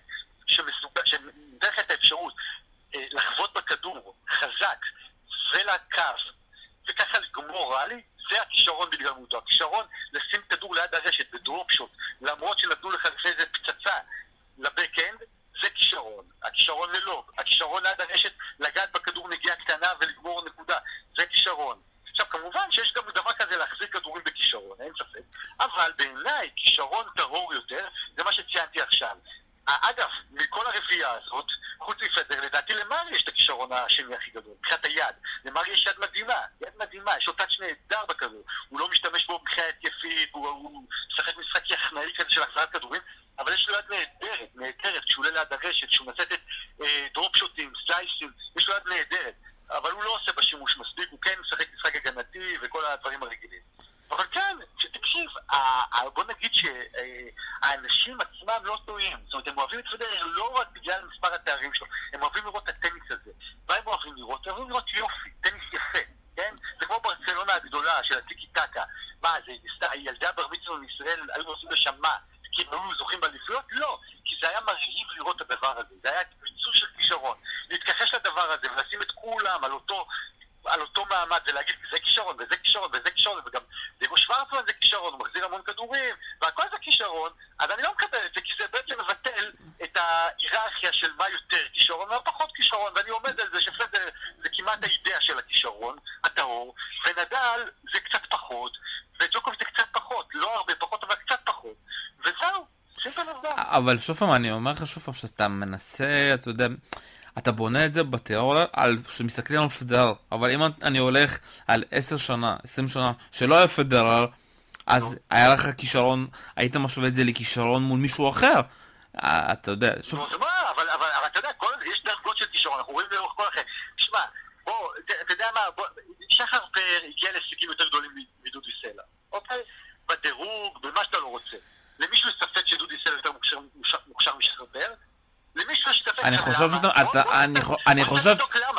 שמדרך את האפשרות לחוות בכדור חזק ולקו וככה לגמור רלי, זה הכישרון בגלמותו. הכישרון לשים כדור ליד הרשת בדרופשוט למרות שנתנו לך לפני זה פצצה לבקאנד, זה כישרון. הכישרון ללוב, הכישרון ליד הרשת לגעת בכדור נגיעה קטנה ולגמור נקודה, זה כישרון. עכשיו כמובן שיש גם דבר כזה להחזיר כדורים בכישרון, אין ספק, אבל בעיניי כישרון טהור יותר זה מה שציינתי עכשיו. אגב, מכל הרביעייה הזאת, חוץ מפדרר, לדעתי למארי יש את הכישרון השני הכי גדול, מבחינת היד. למארי יש יד מדהימה, יש לו טאץ' נהדר בכדור. הוא לא משתמש בו מבחינה התקפית, הוא משחק משחק יחנאי כזה של החזרת כדורים, אבל יש לו יד נהדרת, כשהוא עולה ליד הרשת, כשהוא נצאת את דרופשוטים, סלייסים, יש לו יד נהדרת. אבל הוא לא עושה בשימוש מספיק, הוא כן משחק משחק הגנתי וכל הדברים הרגילים. אבל כן, תקשיב, בוא נגיד שהאנשים עצמם לא טועים. זאת אומרת, הם אוהבים את פדרר לא רק בגלל מספר התארים שלו, הם אוהבים לראות את הטניס הזה. מה הם אוהבים לראות? הם אוהבים לראות יופי, טניס יפה, כן? זה כמו ברצלונה הגדולה של הטיקי טקה. מה, זה ילדי הבר מצווה מישראל היו עושים לשם מה? כי הם היו זוכים באליפויות? לא, כי זה היה מרהיב לראות את הדבר הזה. זה היה ביצוע של כישרון. להתכחש לדבר הזה ולשים את כולם על אותו מעמד ולהגיד זה כישרון וזה כישרון וזה כישרון וגם דייגו שוורצמן זה כישרון, הוא מחזיר המון כדורים והכל זה כישרון, אז אני לא מקבל את זה כי זה בעצם מבטל היררכיה של מה יותר כישרון, מה פחות כישרון, ואני עומד על זה שפדר זה כמעט האידאה של הכישרון, הטהור, ונדל זה קצת פחות, וג'וקוביץ' זה קצת פחות, לא הרבה פחות, אבל קצת פחות, וזהו, סימפל עובדה. אבל שוב פעם, אני אומר לך שוב פעם שאתה מנסה, אתה יודע, אתה בונה את זה בתיאוריה, שמסתכלים על פדרר, אבל אם אני הולך על 10 שנה, 20 שנה, שלא היה פדרר, אז היה לך כישרון, היית משווה את זה לכישרון מול מישהו אחר. אתה יודע, שוב... נו, אבל אתה יודע, יש דרגות של כישרון, אנחנו רואים לאורך כל אחר. תשמע, בוא, אתה יודע מה, שחר פאר הגיע להישגים יותר גדולים מדודי סלע, אוקיי? בדירוג, במה שאתה לא רוצה. למישהו ספק שדודי סלע יותר מוכשר משחר פאר? למישהו ספק... אני חושב שאתה... אני חושב...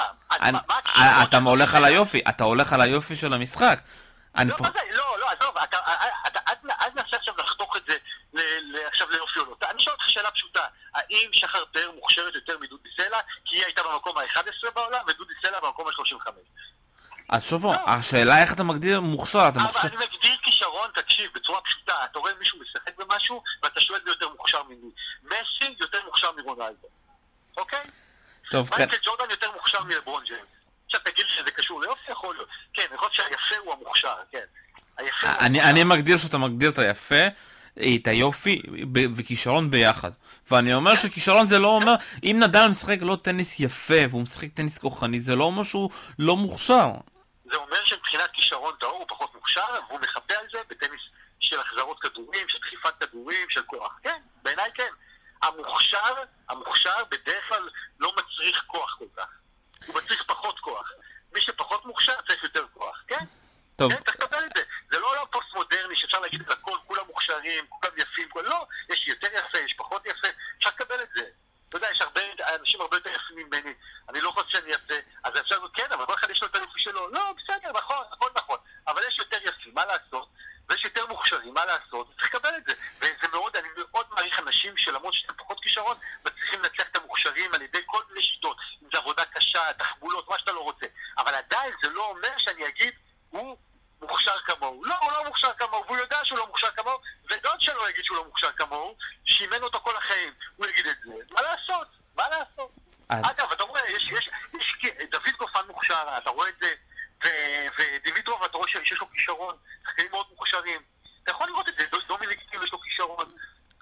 אתה הולך על היופי, אתה הולך על היופי של המשחק. לא, עזוב, עד נעשה עכשיו לחתוך את זה עכשיו ליופי או לא. אני שואל אותך שאלה פשוטה, האם שחר פאר מוכשרת יותר מדודי סלע, כי היא הייתה במקום ה-11 בעולם, ודודי סלע במקום ה-35? אז שוב, השאלה איך אתה מגדיר מוכשר, אתה מוכשר... אבל אני מגדיר כישרון, תקשיב, בצורה פשוטה, אתה רואה מישהו משחק במשהו, ואתה שואל זה יותר מוכשר ממי. מסי יותר מוכשר מרונלדו, אוקיי? טוב, כן. מייקל ג'ורדן יותר מוכשר מלברון ג'יימס. עכשיו תגיד לי שזה קשור ליופי, יכול להיות. כן, אני חושב שהיפה הוא המוכשר, כן. אני מגדיר שאתה מגדיר את היפה, את היופי וכישרון ביחד. ואני אומר שכישרון זה לא אומר, אם נדל משחק לא טניס יפה והוא משחק טניס כוחני, זה לא אומר שהוא לא מוכשר. זה אומר שמבחינת כישרון טהור הוא פחות מוכשר, והוא מחפה על זה בטניס של החזרות כדורים, של דחיפת כדורים, של כוח. כן, בעיניי כן. המוכשר בדרך כלל לא מצריך כוח כל כך. הוא מצריך פחות כוח. מי שפחות מוכשר צריך יותר כוח, כן? טוב. כן, צריך לקבל את זה. זה לא פוסט מודרני שאפשר להגיד את הכל, כולם מוכשרים, כולם יפים, לא, יש יותר יפה, יש פחות יפה, אפשר לקבל את זה. אתה יודע, יש אנשים הרבה יותר יפים ממני, אני לא חושב שאני יפה, אז אפשר, כן, אבל כל אחד יש לו את היופי שלו, לא, בסדר, נכון, הכל נכון, אבל יש יותר יפים, מה לעשות? ויש יותר מוכשרים, מה לעשות? צריך לקבל את זה. וזה מאוד, אני מאוד מעריך אנשים שלמרות שאתם פחות כישרון, מצליחים לנצח את המוכשרים על ידי כל מיני שיטות, אם זה עבודה קשה, תחבולות, מה שאתה לא רוצה. אבל עדיין זה לא אומר שאני אגיד, הוא מוכשר כמוהו. לא, הוא לא מוכשר כמוהו, והוא יודע שהוא לא מוכשר כמוהו, ודוד שלו יגיד שהוא לא מוכשר כמוהו, שימן אותו כל החיים, הוא יגיד את זה. מה לעשות? מה לעשות? אגב, אתה רואה, יש דוד גופן מוכשר, אתה רואה את זה, ודמיטרוב, אתה רואה שיש לו כישרון, שחקנים מאוד מוכשרים. אתה יכול לראות את זה, דומיניק יש לו כישרון.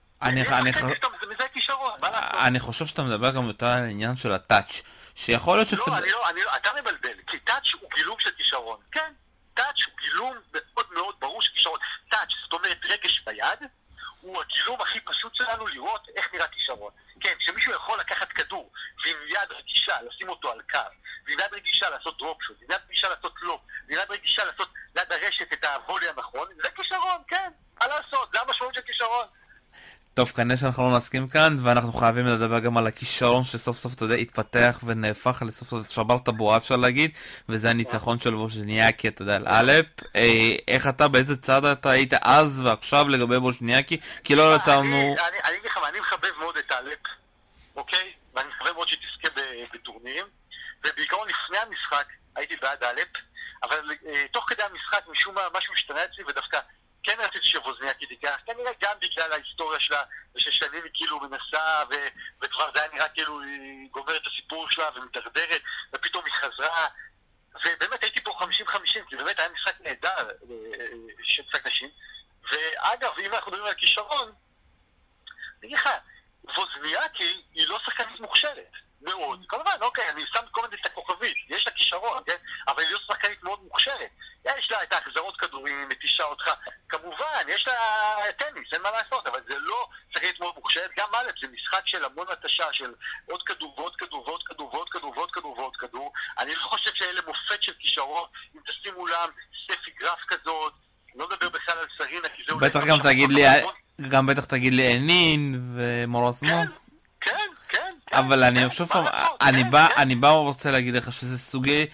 אני חושב שאתה מדבר גם יותר על העניין של הטאץ' שיכול להיות לא, אתה מבלבל, כי טאץ' הוא גילום של כישרון. כן, טאץ' הוא גילום מאוד מאוד ברור של כישרון. טאץ', זאת אומרת רגש ביד, הוא הגילום הכי פשוט שלנו לראות איך נראה כישרון. כן, שמישהו יכול לקחת כדור ועם יד רגישה לשים אותו על קו, ועם יד רגישה לעשות דרופ-שוט, ועם יד רגישה לעשות לופ, ועם יד רגישה לעשות ליד הרשת את הוולי הנכון, זה כישרון, כן, מה לעשות, זה המשמעות של כישרון. טוב, כנראה שאנחנו לא נסכים כאן, ואנחנו חייבים לדבר גם על הכישרון שסוף סוף, אתה יודע, התפתח ונהפך לסוף סוף שבר את הבועה, אפשר להגיד, וזה הניצחון של ווז'ניאקי, אתה יודע, על אלפ. איך אתה, באיזה צד אתה היית אז ועכשיו לגבי ווז'ניאקי? כי לא יצרנו... אני אגיד לך, אני מחבב מאוד את אלפ, אוקיי? ואני מחבב מאוד שתזכה בטורנירים, ובעיקרון לפני המשחק הייתי בעד אלפ, אבל תוך כדי המשחק משום מה משהו השתנה אצלי, ודווקא כן רציתי שווז'ניאקי תיקח, כנראה גם בגלל ההיסטוריה שלה, וששנים היא כאילו מנסה, וכבר זה היה נראה כאילו היא גומרת את הסיפור שלה ומתדרדרת, ופתאום היא חזרה, ובאמת הייתי פה 50-50, כי באמת היה משחק נהדר של משחק נשים, ואגב, אם אנחנו מדברים על כישרון, אני אגיד לך, ווז'ניאקי היא לא שחקנית מוכשרת, מאוד. כמובן, אוקיי, אני שם כל מיני את הכוכבית, יש לה כישרון, כן? אבל היא לא שחקנית מאוד מוכשרת. יש לה את ההחזרות כדורים, מתישה אותך. כמובן, יש לה טניס, אין מה לעשות, אבל זה לא שחקנית מאוד מוכשרת. גם אלף, זה משחק של המון התשה, של עוד כדור ועוד כדור ועוד כדור ועוד כדור ועוד כדור ועוד כדור. אני לא חושב שאלה מופת של כישרון, אם תשימו להם ספי גרף כזאת, לא מדבר בכלל על סרינה, כי זה... בטח גם תגיד לי, גם בטח תגיד לי ענין ומורס מו. כן. אבל אני חושב, אני בא ורוצה להגיד לך שזה סוגי...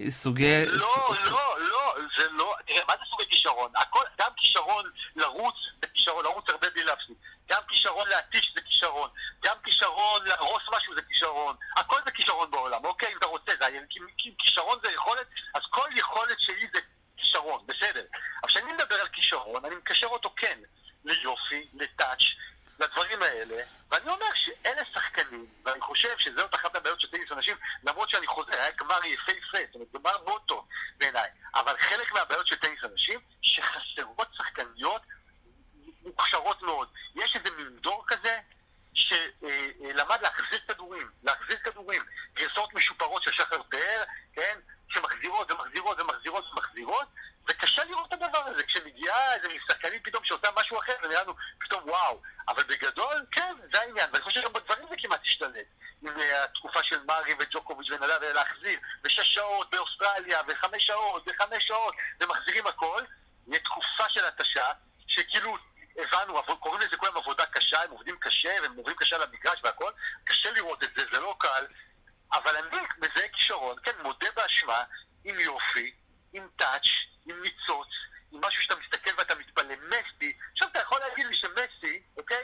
לא, זה לא, תראה, מה זה סוגי כישרון? גם כישרון לרוץ זה כישרון, לרוץ הרבה בלי להפסיד. גם כישרון להתיש זה כישרון. גם כישרון להרוס משהו זה כישרון. הכל זה כישרון בעולם, אוקיי? אם אתה רוצה, כי כישרון זה יכולת, אז כל יכולת שלי זה כישרון, בסדר. אבל כשאני מדבר על כישרון, אני מקשר אותו כן ליופי, לטאץ', לדברים האלה, ואני אומר שאלה שחקנים, ואני חושב שזאת אחת הבעיות של טניס אנשים, למרות שאני חוזר, היה גמר יפה, זאת אומרת, גמר מאוד טוב בעיניי, אבל חלק מהבעיות של טניס אנשים, שחסרות שחקניות מוכשרות מאוד. יש איזה מין דור כזה, שלמד להחזיר כדורים, גרסאות משופרות של שחר פאר, כן? שמחזירות ומחזירות, וקשה לראות את הדבר הזה, כשמגיעה איזה שחקנים פתאום שעושה משהו אחר, ונראה לנו פתאום וואו, אבל בגדול, כן, זה העניין, ואני חושב שגם בדברים זה כמעט השתלט, עם התקופה של מארי וג'וקוביץ' ונדל, להחזיר, ב6 שעות באוסטרליה, ב5 שעות, ומחזירים הכל, יהיה תקופה של התשה, שכאילו, הבנו, קוראים לזה כולם עבודה קשה, הם עובדים קשה, והם עובדים קשה למגרש והכל, קשה לראות את זה, זה לא קל, אבל אני מזהה כישרון, כן, מודה באשמה, עם יופי, עם טאץ', עם ניצוץ, עם משהו שאתה מסתכל ואתה מתפלא, מסי, עכשיו אתה יכול להגיד לי שמסי, אוקיי,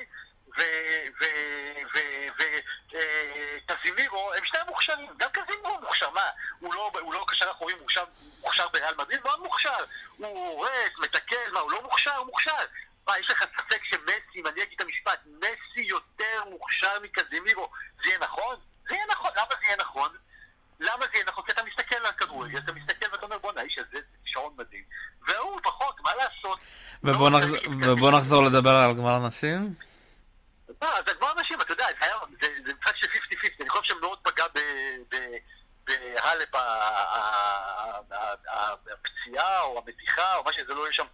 וקזימירו, הם שתיים מוכשרים, גם קזימירו מוכשר, מה? הוא לא קשר אחורי מוכשר בריאל מדריד, מאוד מוכשר, הוא הורס, מתקל, מה, הוא לא מוכשר, הוא מוכשר. מה, יש לך ספק שמסי, אם אני אגיד את המשפט, מסי יותר מוכשר מקזימירו, זה יהיה נכון? זה יהיה נכון. למה זה יהיה נכון? כי אתה מסתכל על הכדורגל, אתה מסתכל ואתה אומר, בוא נאיש הזה, זה שעון מדהים. והוא פחות, מה לעשות? ובוא נחזור לדבר על גמר הנשים. זה גמר הנשים, אתה יודע, זה משחק של 50-50, אני חושב שמאוד פגע בהלפ הפציעה או המתיחה או מה שזה לא יהיה שם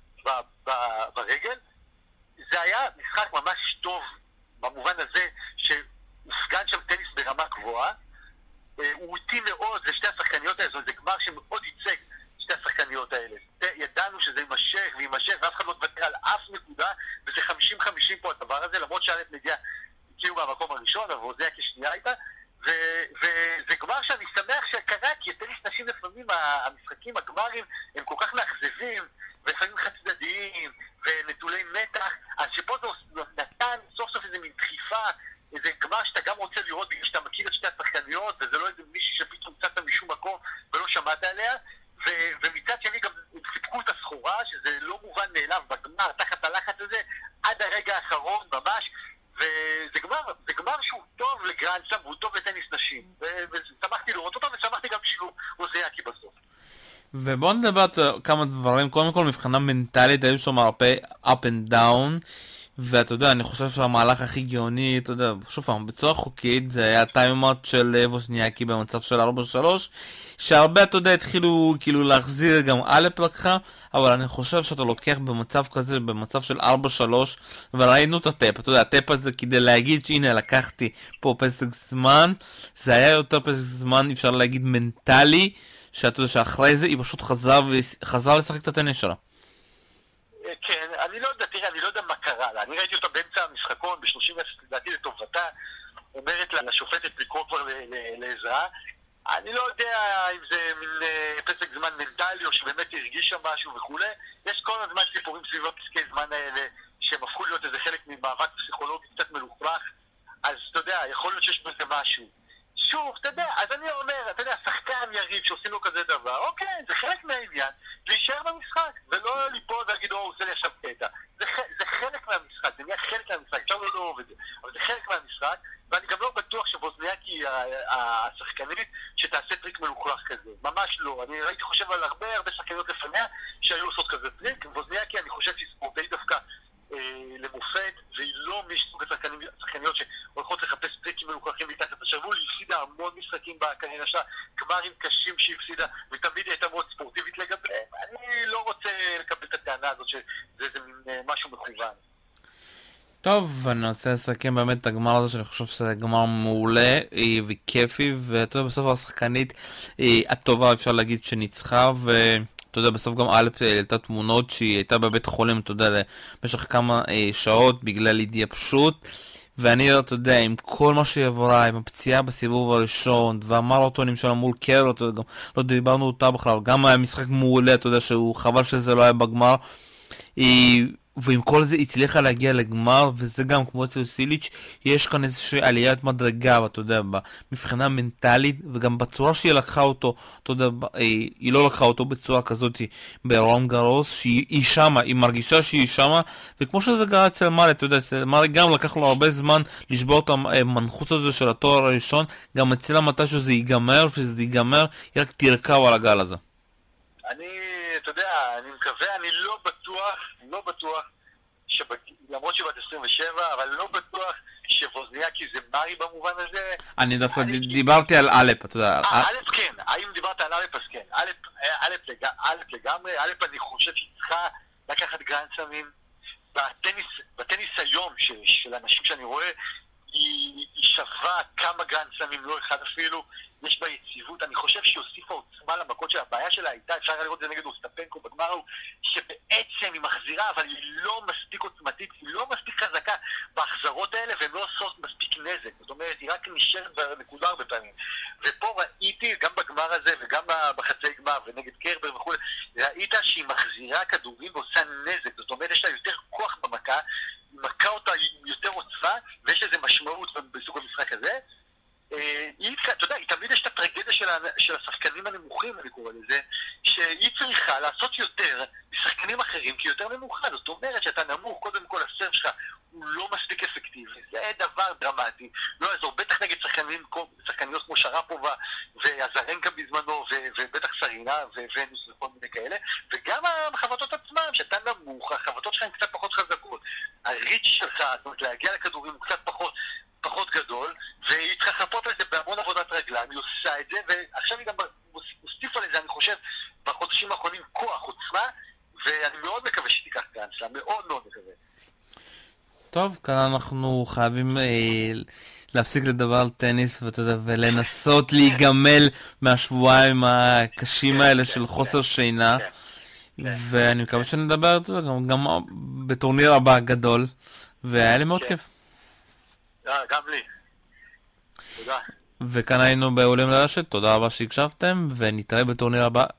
ברגל. זה היה משחק ממש טוב במובן הזה שהופגן שם טניס ברמה גבוהה. הוא איטי מאוד, זה שתי השחקניות האלה, זה גמר שמאוד ייצג שתי השחקניות האלה. ידענו שזה יימשך ואף אחד לא תוותר על אף נקודה, וזה 50-50 פה הדבר הזה, למרות שהלט מגיע כאילו מהמקום הראשון, אבל זה היה כשנייה הייתה, וזה גמר שאני שמח שקרה, כי טניס נשים לפעמים המשחקים, הגמרים, הם כל כך מאכזבים, ולפעמים חד צדדיים, ונטולי מתח, אז שפה זה נתן סוף סוף איזה מין דחיפה, איזה גמר שאתה גם רוצה לראות בגלל שאתה מכיר את שתי השחקניות, וזה לא איזה מישהי שפתאום קצת משום מקום ולא שמעת עליה, ומצד שני גם סיפקו את הסחורה, שזה לא מובן מאליו בגמר, תחת הלחץ הזה, עד הרגע האחרון ממש, וזה גמר שהוא טוב לגרנד סלאם, והוא טוב לטניס נשים, ושמחתי לראות אותו, ושמחתי גם שהוא זייקי בסוף. ובואו נדבר כמה דברים. קודם כל, מבחינה מנטלית היו שם הרבה up and down, ואתה יודע, אני חושב שהמהלך הכי גאוני, אתה יודע, שוב פעם, בצורה חוקית, זה היה טיימאוט של ווזניאקי במצב של 4-3, שהרבה, אתה יודע, התחילו כאילו להחזיר, גם אלפ לקחה, אבל אני חושב שאתה לוקח במצב כזה, במצב של 4-3, וראינו את הטאפ, אתה יודע, הטאפ הזה כדי להגיד שהנה, לקחתי פה פסק זמן, זה היה יותר פסק זמן, אפשר להגיד מנטלי, שאתה יודע, שאחרי זה היא פשוט חזרה לשחק את הטניס שלה. כן, אני לא יודע, תראה, אני לא יודע מה קרה לה. אני ראיתי אותה באמצע המשחקון, ב-30 לדעתי לטובתה, אומרת לה, לשופטת לקרוא כבר לעזרה. אני לא יודע אם זה מין פסק זמן מנטלי, או שבאמת הרגישה משהו וכו'. יש כל הזמן סיפורים סביב הפסקי זמן האלה, שהם הפכו להיות איזה חלק ממאבק פסיכולוגי קצת מלוכלך. אז אתה יודע, יכול להיות שיש בזה משהו. שוב, אתה יודע, אז אני אומר, אתה יודע, שחקן יריב שעושים לו כזה דבר, אוקיי, זה חלק מהעניין, להישאר במשחק, ולא ליפול ולהגיד, הוא עושה לי עכשיו קטע. זה חלק מהמשחק, זה נהיה חלק מהמשחק, עכשיו לא אוהב את זה, אבל זה חלק מהמשחק, ואני גם לא בטוח שווזניאקי השחקנית שתעשה טריק מלוכלך כזה, ממש לא. אני ראיתי חושב על הרבה שחקניות לפניה שהיו עושות כזה טריק, ווזניאקי אני חושב שהיא ספורטאית דווקא למופת, והיא לא מסוג השחקניות שהולכות לחפש טריקים מלוכלכים מתחת השרוול. היא הפסידה המון משחקים בקריירה שלה, גמרים קשים שהיא הפסידה, ותמיד היא הייתה מאוד ספורטיבית לגביהם. אני לא רוצה לקבל את הטענה הזאת שזה מין משהו מכוון. טוב, אני רוצה לסכם באמת את הגמר הזה, שאני חושב שזה גמר מעולה וכיפי, ואתה יודע, בסוף השחקנית הטובה אפשר להגיד שניצחה, ואתה יודע, בסוף גם אלפ העלתה תמונות שהיא הייתה בבית חולים, אתה יודע, במשך כמה שעות בגלל התייבשות, ואני, אתה יודע, עם כל מה שהיא עברה, עם הפציעה בסיבוב הראשון, והמרתונים שלה מול קרל, אתה יודע, גם לא דיברנו אותה בכלל, גם היה משחק מעולה, אתה יודע, שהוא חבל שזה לא היה בגמר, ועם כל זה הצליחה להגיע לגמר, וזה גם כמו אצל סיליץ', יש כאן איזושהי עליית מדרגה, אתה יודע, מבחינה מנטלית, וגם בצורה שהיא לקחה אותו, אתה יודע, היא לא לקחה אותו בצורה כזאת ברולאן גארוס, שהיא שמה, היא מרגישה שהיא שמה, וכמו שזה קרה אצל מארי, אתה יודע, אצל מארי גם לקח לו הרבה זמן לשבור את המנחוס הזה של התואר הראשון, גם אצלה מתי שזה ייגמר, ושזה ייגמר, היא רק תרכב על הגל הזה. אתה יודע, אני מקווה, אני לא בטוח, למרות שהיא בת 27, אבל לא בטוח שווזניאקי זה מארי במובן הזה. אני דווקא דיברתי על אלפ, אתה יודע. אלפ כן, האם דיברת על אלפ אז כן. אלפ לגמרי, אלפ אני חושב שהיא צריכה לקחת גרנד סלאמים. בטניס היום של אנשים שאני רואה, היא שווה כמה גרנד סלאמים, לא אחד אפילו. יש בה יציבות, אני חושב שהיא הוסיפה עוצמה למכות שלה. הבעיה שלה הייתה, אפשר לראות את זה נגד אוסטפנקו בגמר, שבעצם היא מחזירה, אבל היא לא מספיק עוצמתית, היא לא מספיק חזקה בהחזרות האלה, והן לא עושות מספיק נזק. זאת אומרת, היא רק נשארת בנקודה הרבה פעמים. ופה ראיתי, גם בגמר הזה וגם בחצי גמר ונגד קרבר וכו', ראית שהיא מחזירה כדורים ועושה נזק. זאת אומרת, יש לה יותר כוח במכה, היא מכה אותה יותר עוצמה, ויש לזה משמעות בסוג המשחק הזה. אתה יודע, תמיד יש את הטרגדיה של השחקנים הנמוכים, אני קורא לזה, שהיא צריכה לעשות יותר משחקנים אחרים, כי יותר נמוכה. זאת אומרת שאתה נמוך, קודם כל הסרב שלך הוא לא מספיק אפקטיבי, זה דבר דרמטי, לא יעזור, בטח נגד שחקניות כמו שרפובה ואזרנקה בזמנו, ובטח סרינה וונוס וכל מיני כאלה, וגם החבטות עצמם, שאתה נמוך, החבטות שלך הן קצת פחות חזקות, הריץ' שלך, זאת אומרת, להגיע לכדורים הוא קצת פחות גדול, והיא צריכה לחפות על זה בהמון עבודת רגליים, היא עושה את זה, ועכשיו היא גם הוסיפה לזה, אני חושב, בחודשים האחרונים כוח, עוצמה, ואני מאוד מקווה שתיקח גרנד סלאם, מאוד מאוד מקווה. טוב, כאן אנחנו חייבים להפסיק לדבר על טניס, ולנסות להיגמל מהשבועיים הקשים האלה של חוסר שינה, ואני מקווה שנדבר גם בטורניר הבא הגדול, והיה לי מאוד כיף. גם לי. תודה. וכאן היינו בעולים לרשת, תודה רבה שהקשבתם, ונתראה בטורניר הבא